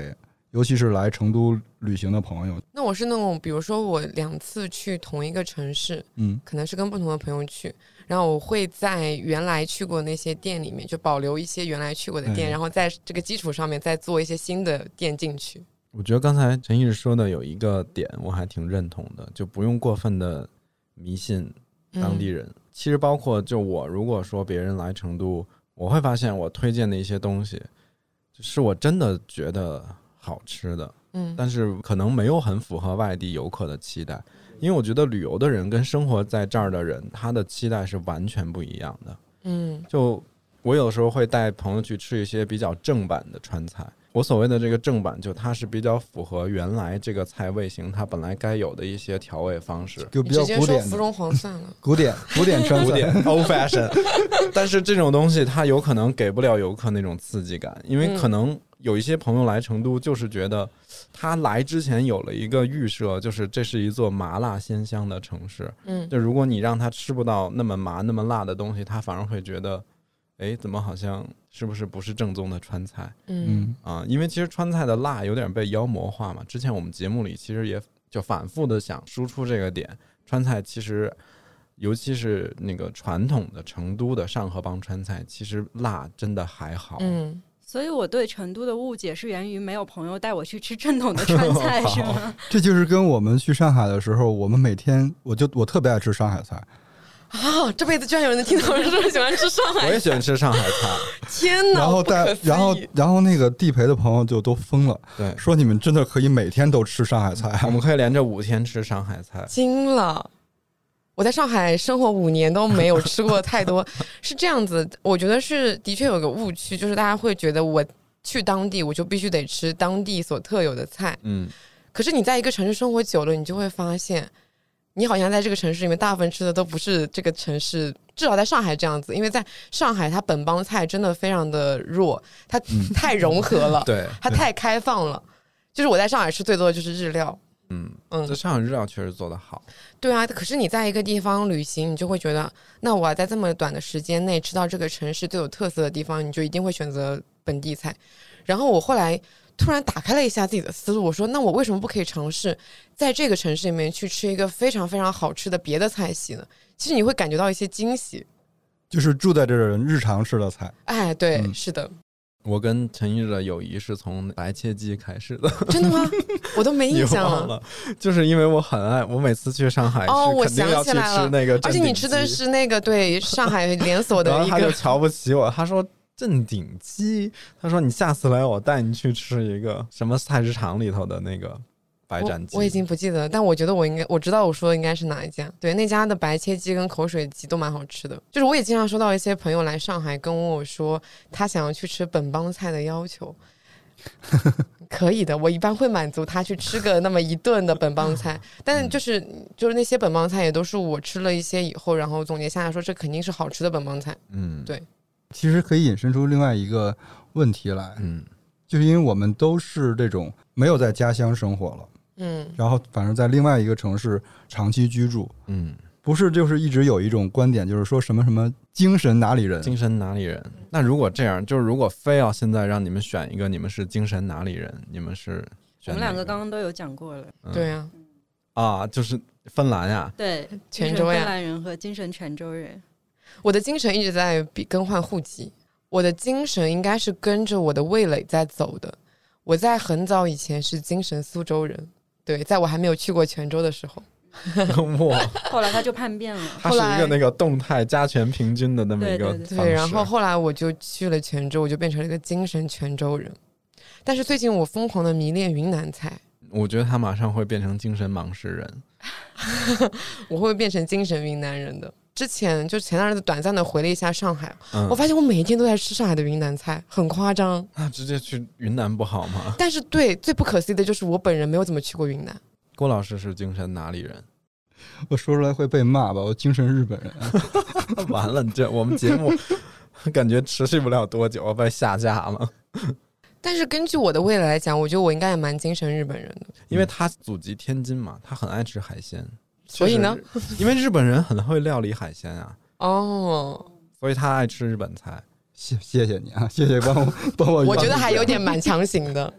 Speaker 5: 尤其是来成都旅行的朋友。
Speaker 7: 那我是那种，比如说我2次去同一个城市，可能是跟不同的朋友去，然后我会在原来去过那些店里面就保留一些原来去过的店，然后在这个基础上面再做一些新的店进去。
Speaker 6: 我觉得刚才陈毅说的有一个点我还挺认同的，就不用过分的迷信当地人。其实包括就我如果说别人来成都，我会发现我推荐的一些东西是我真的觉得好吃的，但是可能没有很符合外地游客的期待，因为我觉得旅游的人跟生活在这儿的人他的期待是完全不一样的。就我有时候会带朋友去吃一些比较正版的川菜，我所谓的这个正版就它是比较符合原来这个菜味型它本来该有的一些调味方式，
Speaker 5: 就比较古典的，
Speaker 7: 芙蓉黄算了，
Speaker 5: 古典川菜
Speaker 6: old fashion 但是这种东西它有可能给不了游客那种刺激感，因为可能有一些朋友来成都就是觉得他来之前有了一个预设，就是这是一座麻辣鲜香的城市，就如果你让他吃不到那么麻那么辣的东西，他反而会觉得怎么好像是不是正宗的川菜。因为其实川菜的辣有点被妖魔化嘛，之前我们节目里其实也就反复的想输出这个点，川菜其实尤其是那个传统的成都的上河帮川菜其实辣真的还好。
Speaker 8: 所以我对成都的误解是源于没有朋友带我去吃正统的川菜是吗？
Speaker 5: 这就是跟我们去上海的时候，我们每天我特别爱吃上海菜
Speaker 7: 啊！这辈子居然有人能听到我说喜欢吃上海菜，
Speaker 6: 我也喜欢吃上海菜。
Speaker 7: 天哪！
Speaker 5: 然后那个地陪的朋友就都疯了，
Speaker 6: 对，
Speaker 5: 说你们真的可以每天都吃上海菜，
Speaker 6: 我们可以连着5天吃上海菜。
Speaker 7: 惊了！我在上海生活5年都没有吃过太多是这样子，我觉得是的确有个误区，就是大家会觉得我去当地我就必须得吃当地所特有的菜。可是你在一个城市生活久了，你就会发现你好像在这个城市里面大部分吃的都不是这个城市，至少在上海这样子，因为在上海它本帮菜真的非常的弱，它太融合了，
Speaker 6: 对，
Speaker 7: 它太开放了。就是我在上海吃最多的就是日料，
Speaker 6: 在上海日料确实做得好。
Speaker 7: 对啊，可是你在一个地方旅行，你就会觉得那我要在这么短的时间内吃到这个城市最有特色的地方，你就一定会选择本地菜。然后我后来突然打开了一下自己的思路，我说那我为什么不可以尝试在这个城市里面去吃一个非常非常好吃的别的菜系呢？其实你会感觉到一些惊喜，
Speaker 5: 就是住在这儿的人日常吃的菜。
Speaker 7: 哎，对，是的。
Speaker 6: 我跟陈毅的友谊是从白切鸡开始的。
Speaker 7: 真的吗？我都没印象
Speaker 6: 了。就是因为我很爱，我每次去上海是肯定要去吃那个镇鼎鸡，
Speaker 7: 而且你吃的是那个对上海连锁的一个，
Speaker 6: 然后他就瞧不起我，他说镇鼎鸡，他说你下次来我带你去吃一个什么菜市场里头的那个白斩鸡。
Speaker 7: 我已经不记得了，但我觉得我知道我说的应该是哪一家。对，那家的白切鸡跟口水鸡都蛮好吃的。就是我也经常收到一些朋友来上海跟我说他想要去吃本帮菜的要求。可以的，我一般会满足他去吃个那么一顿的本帮菜，但就是那些本帮菜也都是我吃了一些以后，然后总结下来说这肯定是好吃的本帮菜。对。
Speaker 5: 其实可以引申出另外一个问题来，就是因为我们都是这种没有在家乡生活了，然后反正在另外一个城市长期居住，不是就是一直有一种观点，就是说什么什么精神哪里人，
Speaker 6: 精神哪里人。那如果这样，就是如果非要现在让你们选一个，你们是精神哪里人，你们是选哪个？
Speaker 8: 我们两个刚刚都有讲过了。
Speaker 7: 对啊，
Speaker 6: 就是芬兰呀，
Speaker 8: 对，
Speaker 7: 泉州呀，
Speaker 8: 芬兰人和精神泉州人。
Speaker 7: 我的精神一直在更换户籍，我的精神应该是跟着我的味蕾在走的。我在很早以前是精神苏州人，对，在我还没有去过泉州的时候。
Speaker 8: 后来他就叛变了，
Speaker 6: 他是一个那个动态加权平均的那么一个方式。
Speaker 7: 对，然后后来我就去了泉州，我就变成了一个精神泉州人。但是最近我疯狂的迷恋云南菜，
Speaker 6: 我觉得他马上会变成精神芒市人。
Speaker 7: 我会变成精神云南人的。之前就前段日子短暂的回了一下上海，我发现我每一天都在吃上海的云南菜，很夸张。
Speaker 6: 那直接去云南不好吗？
Speaker 7: 但是对，最不可思议的就是我本人没有怎么去过云南。
Speaker 6: 郭老师是精神哪里人？
Speaker 5: 我说出来会被骂吧，我精神日本人。
Speaker 6: 完了，这我们节目感觉持续不了多久，被下架了。
Speaker 7: 但是根据我的味蕾来讲，我觉得我应该也蛮精神日本人的，
Speaker 6: 因为他祖籍天津嘛，他很爱吃海鲜。
Speaker 7: 所以呢，
Speaker 6: 因为日本人很会料理海鲜啊，所以他爱吃日本菜。
Speaker 5: 谢谢你啊，谢谢帮我。
Speaker 7: 我觉得还有点蛮强行的。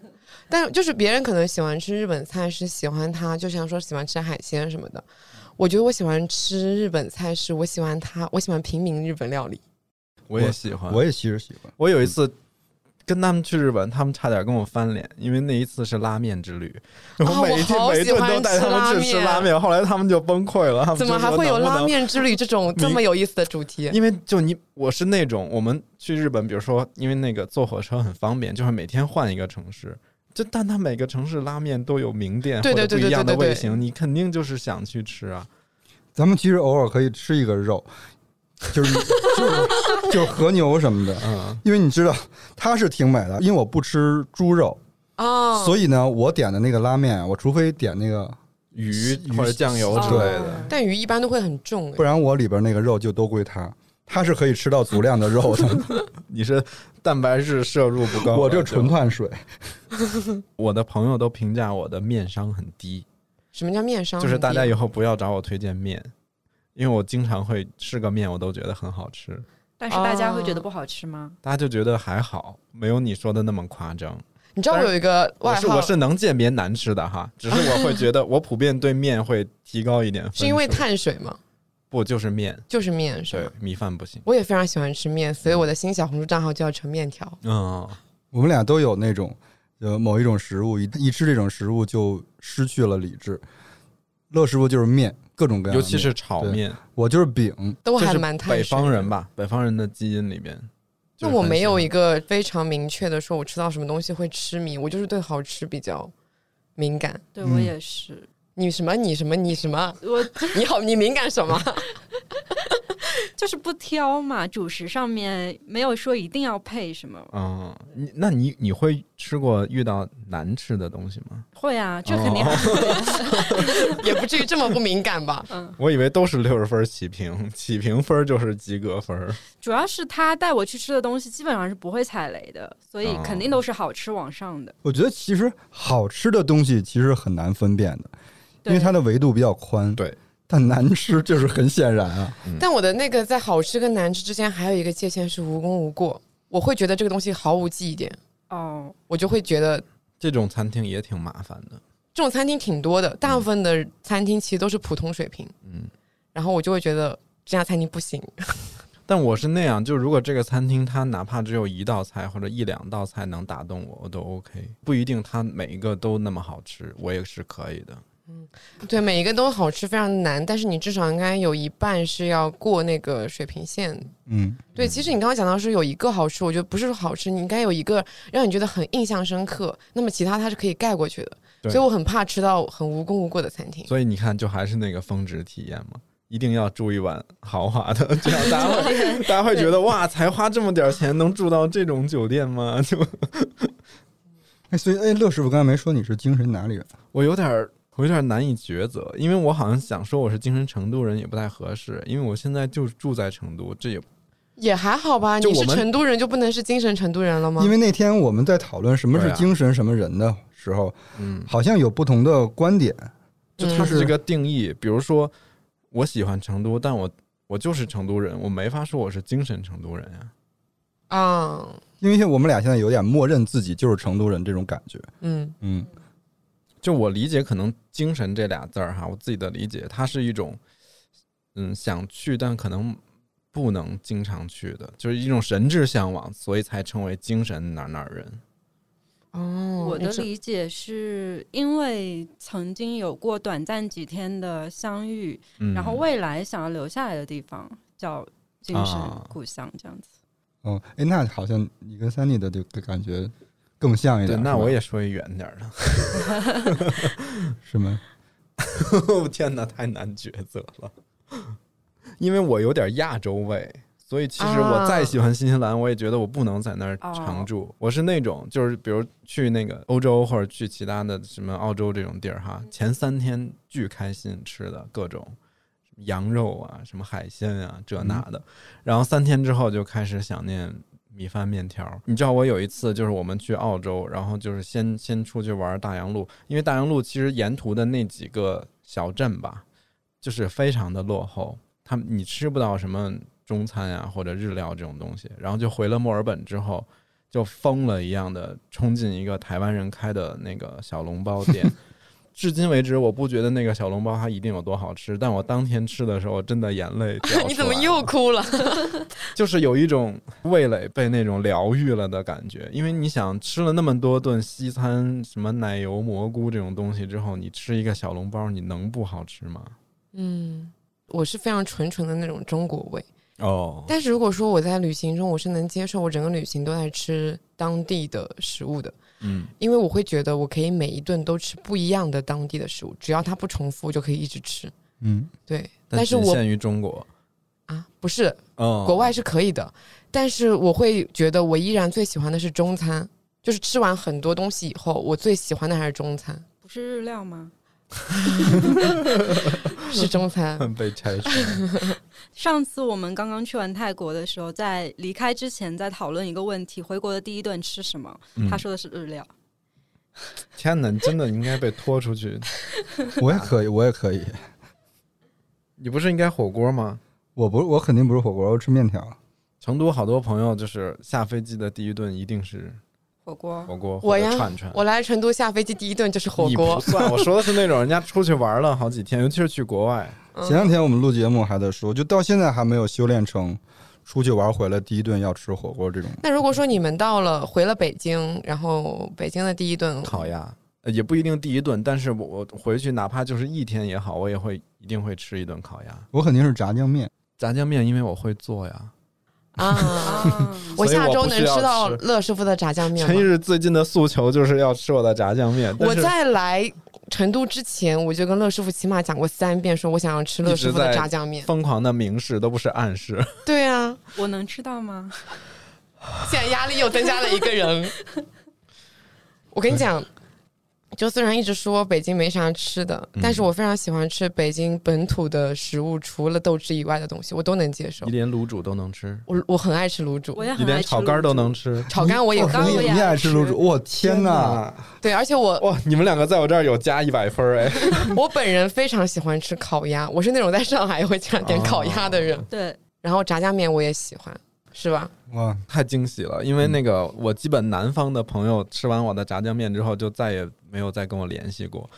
Speaker 7: 但就是别人可能喜欢吃日本菜是喜欢它，就像说喜欢吃海鲜什么的。我觉得我喜欢吃日本菜是我喜欢平民日本料理。
Speaker 6: 我也喜欢，
Speaker 5: 我也其实喜欢。
Speaker 6: 我有一次跟他们去日本，他们差点跟我翻脸，因为那一次是拉面之旅，我每一顿都带他们去吃拉面，后来他们就崩溃了。
Speaker 7: 怎么还会有拉面之旅这种这么有意思的主题？
Speaker 6: 因为我是那种我们去日本，比如说因为那个坐火车很方便，就是每天换一个城市，但它每个城市拉面都有名店或者不一样的味型，你肯定就是想去吃啊。
Speaker 5: 咱们其实偶尔可以吃一个肉。就是和牛什么的，因为你知道它是挺美的，因为我不吃猪肉所以呢，我点的那个拉面，我除非点那个
Speaker 6: 鱼或者酱油之类的，
Speaker 7: 但鱼一般都会很重，
Speaker 5: 不然我里边那个肉就都归它是可以吃到足量的肉的。
Speaker 6: 你是蛋白质摄入不高，
Speaker 5: 我这纯碳水。
Speaker 6: 我的朋友都评价我的面商很低。
Speaker 7: 什么叫面商？
Speaker 6: 就是大家以后不要找我推荐面。因为我经常会吃个面我都觉得很好吃，
Speaker 8: 但是大家会觉得不好吃吗？
Speaker 6: 大家就觉得还好，没有你说的那么夸张。
Speaker 7: 你知道我有一个外号，
Speaker 6: 我是能鉴别难吃的哈，只是我会觉得我普遍对面会提高一点分数。
Speaker 7: 是因为碳水吗？
Speaker 6: 不，就是面，
Speaker 7: 就是面是吧？
Speaker 6: 对，米饭不行。
Speaker 7: 我也非常喜欢吃面，所以我的新小红书账号叫陈面条。
Speaker 5: 我们俩都有那种某一种食物，一吃这种食物就失去了理智。乐师傅就是面，各种各样的面，
Speaker 6: 尤其是炒面。
Speaker 5: 我就是饼，
Speaker 7: 都还蛮碳水。
Speaker 6: 北方人吧，北方人的基因里面。
Speaker 7: 那我没有一个非常明确的说我吃到什么东西会痴迷，我就是对好吃比较敏感。
Speaker 8: 对我也是。
Speaker 7: 你什么？你什么？你什么？
Speaker 8: 你
Speaker 7: 好，你敏感什么？
Speaker 8: 就是不挑嘛，主食上面没有说一定要配什么。
Speaker 6: 那你会吃过遇到难吃的东西吗？
Speaker 8: 会啊，这肯定
Speaker 7: 也不至于这么不敏感吧。
Speaker 6: 我以为都是60分起评分就是及格分。
Speaker 8: 主要是他带我去吃的东西基本上是不会踩雷的，所以肯定都是好吃往上的。
Speaker 5: 我觉得其实好吃的东西其实很难分辨的，因为它的维度比较宽。
Speaker 6: 对。
Speaker 5: 但难吃就是很显然啊。
Speaker 7: 但我的那个在好吃跟难吃之间还有一个界限是无功无过，我会觉得这个东西毫无记忆点我就会觉得
Speaker 6: 这种餐厅也挺麻烦的。
Speaker 7: 这种餐厅挺多的，大部分的餐厅其实都是普通水平然后我就会觉得这家餐厅不行。
Speaker 6: 但我是那样，就如果这个餐厅它哪怕只有1道菜或者1-2道菜能打动我都 OK， 不一定它每一个都那么好吃，我也是可以的。
Speaker 7: 对，每一个都好吃非常难，但是你至少应该有一半是要过那个水平线。对，其实你刚刚讲到是有一个好吃，我觉得不是说好吃，你应该有一个让你觉得很印象深刻，那么其他它是可以盖过去的。所以我很怕吃到很无功无过的餐厅。
Speaker 6: 所以你看，就还是那个峰值体验嘛，一定要住一晚豪华的，这样大家会觉得哇，才花这么点钱能住到这种酒店吗？就
Speaker 5: 所以乐师傅刚才没说你是精神哪里人？
Speaker 6: 我有点难以抉择，因为我好像想说我是精神成都人也不太合适，因为我现在就住在成都，这
Speaker 7: 也还好吧。你是成都人就不能是精神成都人了吗？
Speaker 5: 因为那天我们在讨论什么是精神什么人的时候，好像有不同的观点，
Speaker 6: 就它是这个定义。比如说我喜欢成都，但我就是成都人，我没法说我是精神成都人呀。
Speaker 5: 因为我们俩现在有点默认自己就是成都人这种感觉。
Speaker 6: 就我理解可能精神这俩字儿哈，我自己的理解它是一种想去但可能不能经常去的，就是一种神志向往，所以才称为精神哪哪人。
Speaker 8: 我的理解是因为曾经有过短暂几天的相遇，然后未来想要留下来的地方叫精神故乡这样子。
Speaker 5: 那好像你跟Sunny的就感觉更像一点。
Speaker 6: 对，那我也说一远点的。
Speaker 5: 是吗？
Speaker 6: 天哪，太难抉择了。因为我有点亚洲味，所以其实我再喜欢新西兰，我也觉得我不能在那儿常住。我是那种就是比如去那个欧洲或者去其他的什么澳洲这种地儿哈，前3天巨开心吃的各种羊肉啊什么海鲜啊这那的，然后3天之后就开始想念米饭面条。你知道我有一次就是我们去澳洲，然后就是先出去玩大洋路，因为大洋路其实沿途的那几个小镇吧就是非常的落后，你吃不到什么中餐啊或者日料这种东西，然后就回了墨尔本之后就疯了一样的冲进一个台湾人开的那个小笼包店。至今为止我不觉得那个小笼包它一定有多好吃，但我当天吃的时候真的眼泪掉出来了。
Speaker 7: 你怎么又哭了？
Speaker 6: 就是有一种味蕾被那种疗愈了的感觉，因为你想吃了那么多顿西餐，什么奶油蘑菇这种东西之后，你吃一个小笼包，你能不好吃吗？
Speaker 7: 我是非常纯的那种中国味
Speaker 6: 哦。
Speaker 7: 但是如果说我在旅行中，我是能接受我整个旅行都在吃当地的食物的。因为我会觉得我可以每一顿都吃不一样的当地的食物，只要它不重复，我就可以一直吃。对。但是我
Speaker 6: 仅限于中国
Speaker 7: 啊，不是，国外是可以的。但是我会觉得我依然最喜欢的是中餐，就是吃完很多东西以后，我最喜欢的还是中餐。
Speaker 8: 不是日料吗？
Speaker 7: 是中餐。
Speaker 6: 被拆穿。
Speaker 8: 上次我们刚刚去完泰国的时候，在离开之前在讨论一个问题，回国的第一顿吃什么？他说的是日料。
Speaker 6: 天哪，你真的应该被拖出去。
Speaker 5: 我也可以。
Speaker 6: 你不是应该火锅吗？
Speaker 5: 我肯定不是火锅，我吃面条。
Speaker 6: 成都好多朋友就是下飞机的第一顿一定是
Speaker 8: 火锅
Speaker 7: 我呀，
Speaker 6: 串串。
Speaker 7: 我来成都下飞机第一顿就是火锅。
Speaker 6: 你不算，我说的是那种人家出去玩了好几天，尤其是去国外。
Speaker 5: 前两天我们录节目还在说，就到现在还没有修炼成出去玩回来第一顿要吃火锅这种。
Speaker 7: 那如果说你们回了北京，然后北京的第一顿
Speaker 6: 烤鸭，也不一定第一顿，但是我回去哪怕就是一天也好，我也一定会吃一顿烤鸭。
Speaker 5: 我肯定是炸酱面。
Speaker 6: 炸酱面因为我会做呀。
Speaker 7: 我下周能吃到乐师傅的炸酱面吗？
Speaker 6: 陈一日最近的诉求就是要吃我的炸酱面。
Speaker 7: 我在来成都之前，我就跟乐师傅起码讲过3遍，说我想要吃乐师傅的炸酱面。
Speaker 6: 疯狂的明示都不是暗示。
Speaker 7: 对啊，
Speaker 8: 我能吃到吗？
Speaker 7: 现在压力又增加了一个人。我跟你讲，就虽然一直说北京没啥吃的，但是我非常喜欢吃北京本土的食物，除了豆汁以外的东西我都能接受。
Speaker 6: 你连卤煮都能吃？
Speaker 7: 我很爱吃卤煮。
Speaker 8: 我也很爱吃卤煮。
Speaker 6: 你连炒肝都能吃？
Speaker 7: 炒肝我也可以。
Speaker 5: 你爱吃卤煮？我天哪！
Speaker 7: 对，而且
Speaker 6: 你们两个在我这儿有加100分哎！
Speaker 7: 我本人非常喜欢吃烤鸭，我是那种在上海会经常点烤鸭的人。
Speaker 8: 对，
Speaker 7: 然后炸酱面我也喜欢。是吧？
Speaker 6: 哇，太惊喜了！因为那个我基本南方的朋友吃完我的炸酱面之后，就再也没有再跟我联系过。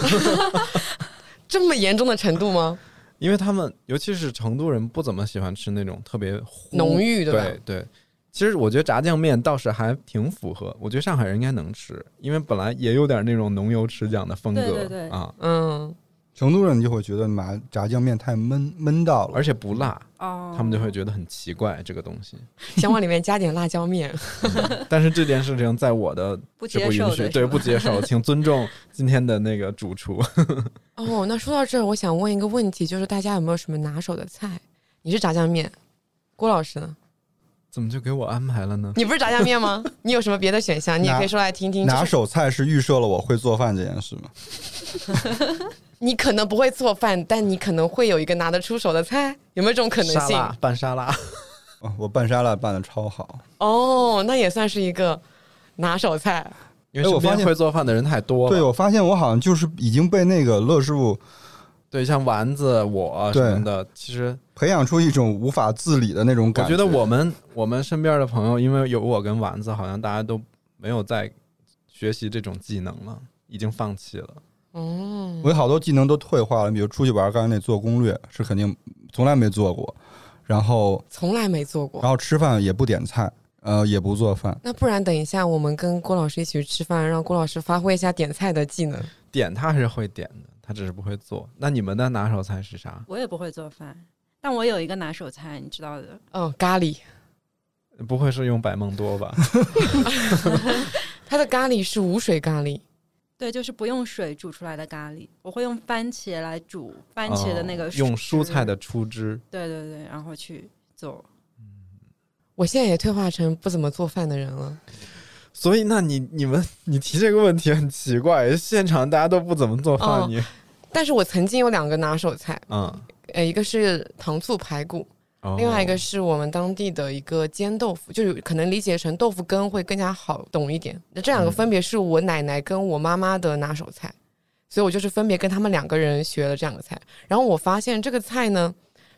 Speaker 7: 这么严重的程度吗？
Speaker 6: 因为他们尤其是成都人不怎么喜欢吃那种特别
Speaker 7: 浓郁的。
Speaker 6: 对，其实我觉得炸酱面倒是还挺符合，我觉得上海人应该能吃，因为本来也有点那种浓油赤酱的风格。
Speaker 8: 对
Speaker 6: 啊，
Speaker 5: 成都人就会觉得把炸酱面太闷到了，
Speaker 6: 而且不辣，他们就会觉得很奇怪这个东西。
Speaker 7: 想往里面加点辣椒面。
Speaker 6: 但是这件事情在我的
Speaker 8: 是
Speaker 6: 不允许，对，不接受，请尊重今天的那个主厨。
Speaker 7: 那说到这儿，我想问一个问题，就是大家有没有什么拿手的菜？你是炸酱面，郭老师呢？
Speaker 6: 怎么就给我安排了呢？
Speaker 7: 你不是炸酱面吗？你有什么别的选项？你也可以说来听听。
Speaker 5: 拿手菜是预设了我会做饭这件事吗？
Speaker 7: 你可能不会做饭，但你可能会有一个拿得出手的菜，有没有这种可能性？
Speaker 6: 拌沙拉。
Speaker 5: 我拌沙拉拌得超好。
Speaker 7: 那也算是一个拿手菜。
Speaker 6: 因为我发现会做饭的人太多了。
Speaker 5: 对，我发现我好像就是已经被那个乐师傅，
Speaker 6: 对，像丸子我什么的，其实
Speaker 5: 培养出一种无法自理的那种感觉。
Speaker 6: 我觉得我们身边的朋友，因为有我跟丸子，好像大家都没有在学习这种技能了，已经放弃了。
Speaker 5: 我有好多技能都退化了，比如出去玩，刚才那做攻略是肯定从来没做过，然后
Speaker 7: 从来没做过，
Speaker 5: 然后吃饭也不点菜，也不做饭。
Speaker 7: 那不然等一下我们跟郭老师一起去吃饭，让郭老师发挥一下点菜的技能。
Speaker 6: 点他还是会点的，他只是不会做。那你们的拿手菜是啥？
Speaker 8: 我也不会做饭，但我有一个拿手菜，你知道的。
Speaker 7: 咖喱。
Speaker 6: 不会是用百梦多吧？
Speaker 7: 他的咖喱是无水咖喱。
Speaker 8: 对，就是不用水煮出来的咖喱。我会用番茄来煮番茄的那个
Speaker 6: 用蔬菜的出汁。
Speaker 8: 对，然后去做。
Speaker 7: 我现在也退化成不怎么做饭的人了。
Speaker 6: 所以那你提这个问题很奇怪，现场大家都不怎么做饭。
Speaker 7: 但是我曾经有2个拿手菜，一个是糖醋排骨，另外一个是我们当地的一个煎豆腐，就是可能理解成豆腐羹会更加好懂一点。这2个分别是我奶奶跟我妈妈的拿手菜，所以我就是分别跟他们2个人学了这2个菜。然后我发现这个菜呢，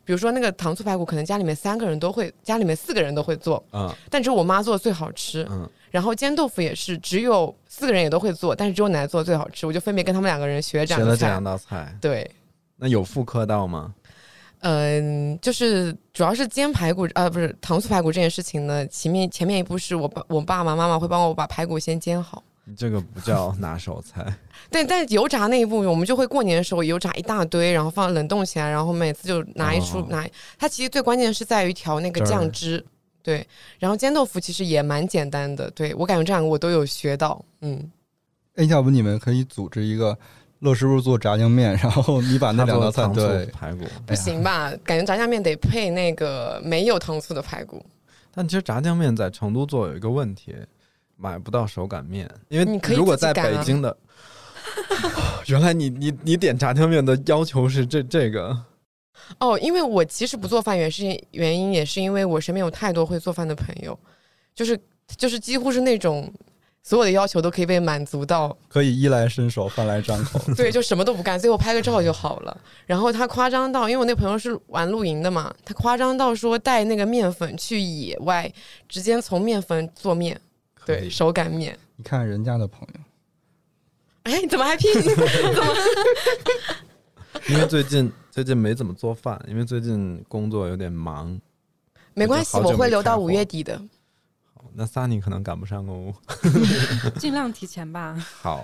Speaker 7: 比如说那个糖醋排骨，可能家里面3个人都会，家里面4个人都会做，但只有我妈做的最好吃。然后煎豆腐也是，只有4个人也都会做，但是只有奶奶做的最好吃。我就分别跟他们2个人学这
Speaker 6: 两道菜。
Speaker 7: 对，
Speaker 6: 那有复刻到吗？
Speaker 7: 就是主要是煎排骨，不是糖醋排骨这件事情呢，前面一步是我爸爸妈妈会帮我把排骨先煎好。
Speaker 6: 你这个不叫拿手菜。
Speaker 7: 对，但油炸那一步我们就会过年的时候油炸一大堆，然后放冷冻起来，然后每次就拿一出拿。它其实最关键是在于调那个酱汁。对，然后煎豆腐其实也蛮简单的。对，我感觉这2个我都有学到。
Speaker 5: 要不你们可以组织一个乐师傅做炸酱面，然后你把那2道菜对
Speaker 6: 排骨
Speaker 7: 不行吧？感觉炸酱面得配那个没有糖醋的排骨。
Speaker 6: 但其实炸酱面在成都做有一个问题，买不到手擀面，因为如果在北京的，原来你点炸酱面的要求是这个。
Speaker 7: 因为我其实不做饭原因也是因为我身边有太多会做饭的朋友，就是几乎是那种所有的要求都可以被满足到，
Speaker 5: 可以衣来伸手饭来张口。
Speaker 7: 对，就什么都不干，最后拍个照就好了。然后他夸张到，因为我那朋友是玩露营的嘛，他夸张到说带那个面粉去野外，直接从面粉做面，对，手擀面。
Speaker 5: 你看人家的朋友，
Speaker 7: 哎，怎么还拼？怎么？
Speaker 6: 因为最近没怎么做饭，因为最近工作有点忙。
Speaker 7: 没关系，我会留到5月底的。
Speaker 6: 好，那Sunny可能赶不上哦。
Speaker 8: 尽量提前吧。
Speaker 6: 好。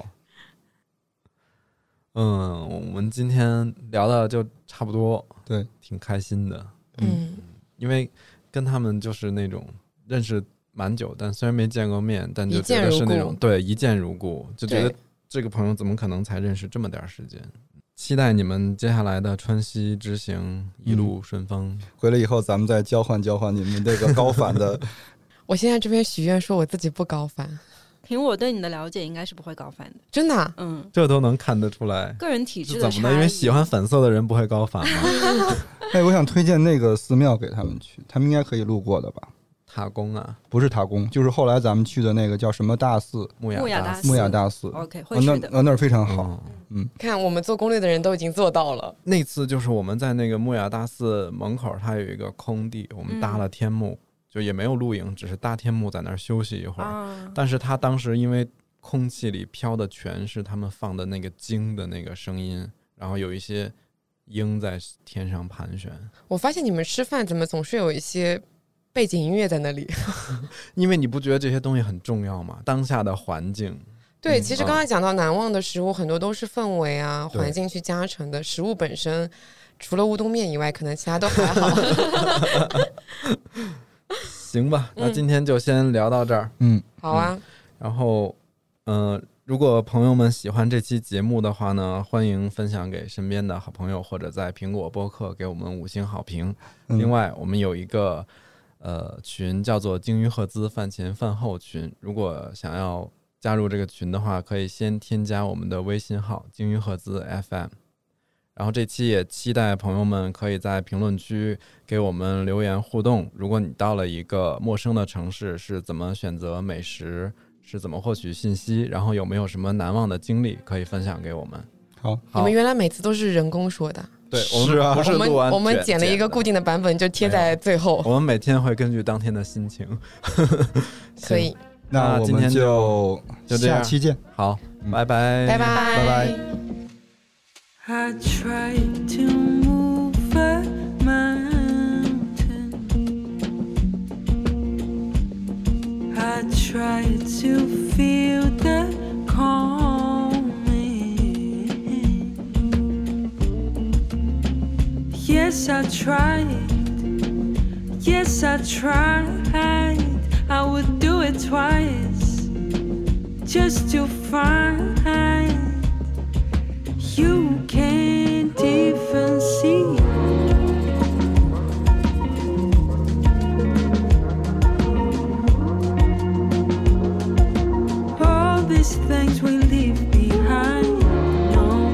Speaker 6: 我们今天聊的就差不多，
Speaker 5: 对，
Speaker 6: 挺开心的。因为跟他们就是那种认识蛮久，但虽然没见过面，但就觉得是那种对一见如故，就觉得这个朋友怎么可能才认识这么点时间？期待你们接下来的川西之行一路顺风。
Speaker 5: 回来以后咱们再交换交换你们这个高反的。
Speaker 7: 我现在这边许愿说我自己不高反。
Speaker 8: 凭我对你的了解，应该是不会高反的。
Speaker 7: 真的啊？
Speaker 6: 这都能看得出来。
Speaker 8: 个人体质的差异。
Speaker 6: 怎么的？因为喜欢粉色的人不会高反吗？
Speaker 5: 我想推荐那个寺庙给他们去，他们应该可以路过的吧？
Speaker 6: 塔公啊？
Speaker 5: 不是塔公，就是后来咱们去的那个叫什么大寺？
Speaker 6: 木
Speaker 5: 雅大寺。
Speaker 8: OK， 会去的。
Speaker 5: 那儿非常好。
Speaker 7: 看我们做攻略的人都已经做到了。
Speaker 6: 那次就是我们在那个木雅大寺门口，它有一个空地，我们搭了天幕，就也没有露营，只是搭天幕在那儿休息一会儿。但是他当时因为空气里飘的全是他们放的那个经的那个声音，然后有一些鹰在天上盘旋。
Speaker 7: 我发现你们吃饭怎么总是有一些背景音乐在那里？
Speaker 6: 因为你不觉得这些东西很重要吗？当下的环境。
Speaker 7: 对，其实刚才讲到难忘的食物，很多都是氛围啊、环境去加成的。食物本身，除了乌冬面以外，可能其他都还好。
Speaker 6: 行吧，那今天就先聊到这儿。
Speaker 7: 好啊。
Speaker 6: 然后，如果朋友们喜欢这期节目的话呢，欢迎分享给身边的好朋友，或者在苹果播客给我们5星好评。另外，我们有一个群叫做鲸鱼赫兹饭前饭后群，如果想要加入这个群的话，可以先添加我们的微信号鲸鱼赫兹 FM。然后这期也期待朋友们可以在评论区给我们留言互动。如果你到了一个陌生的城市，是怎么选择美食，是怎么获取信息，然后有没有什么难忘的经历可以分享给我们。
Speaker 5: 好，
Speaker 7: 你们原来每次都是人工说的？
Speaker 6: 对，是啊，不是录完
Speaker 7: 我们剪了一个固定的版本就贴在最后。
Speaker 6: 我们每天会根据当天的心情。
Speaker 7: 可以，
Speaker 5: 那我们
Speaker 6: 今天
Speaker 5: 就下期见。
Speaker 6: 好，拜拜，
Speaker 7: 拜拜，
Speaker 5: 拜拜。
Speaker 9: I tried to move a mountain. I tried to feel the calming. Yes, I tried. Yes, I tried. I would do it twice just to find you can't even see. All these things we leave behind. No,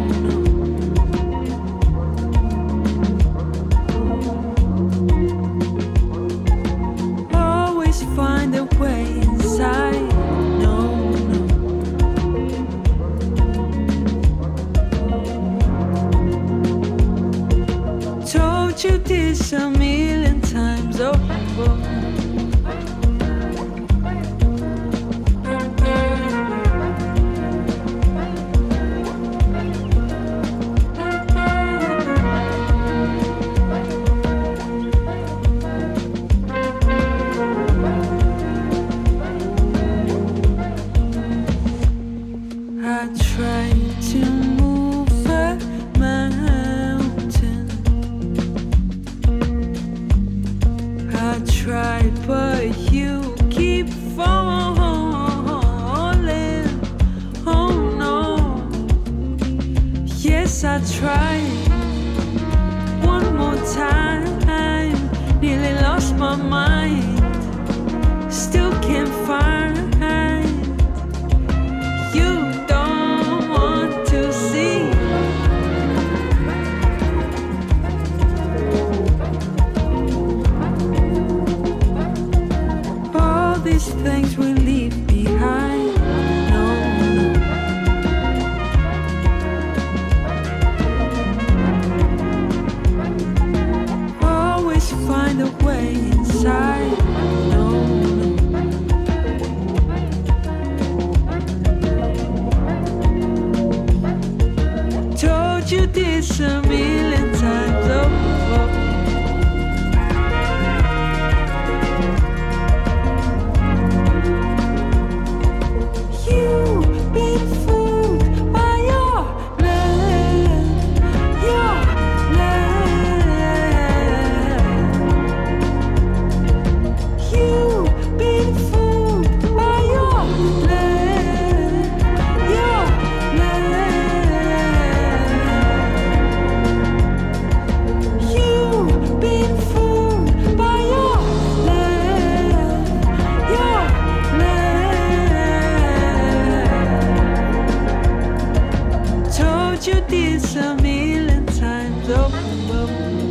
Speaker 9: no. Always find a way inside. what you did a million times. Oh, oh, oh.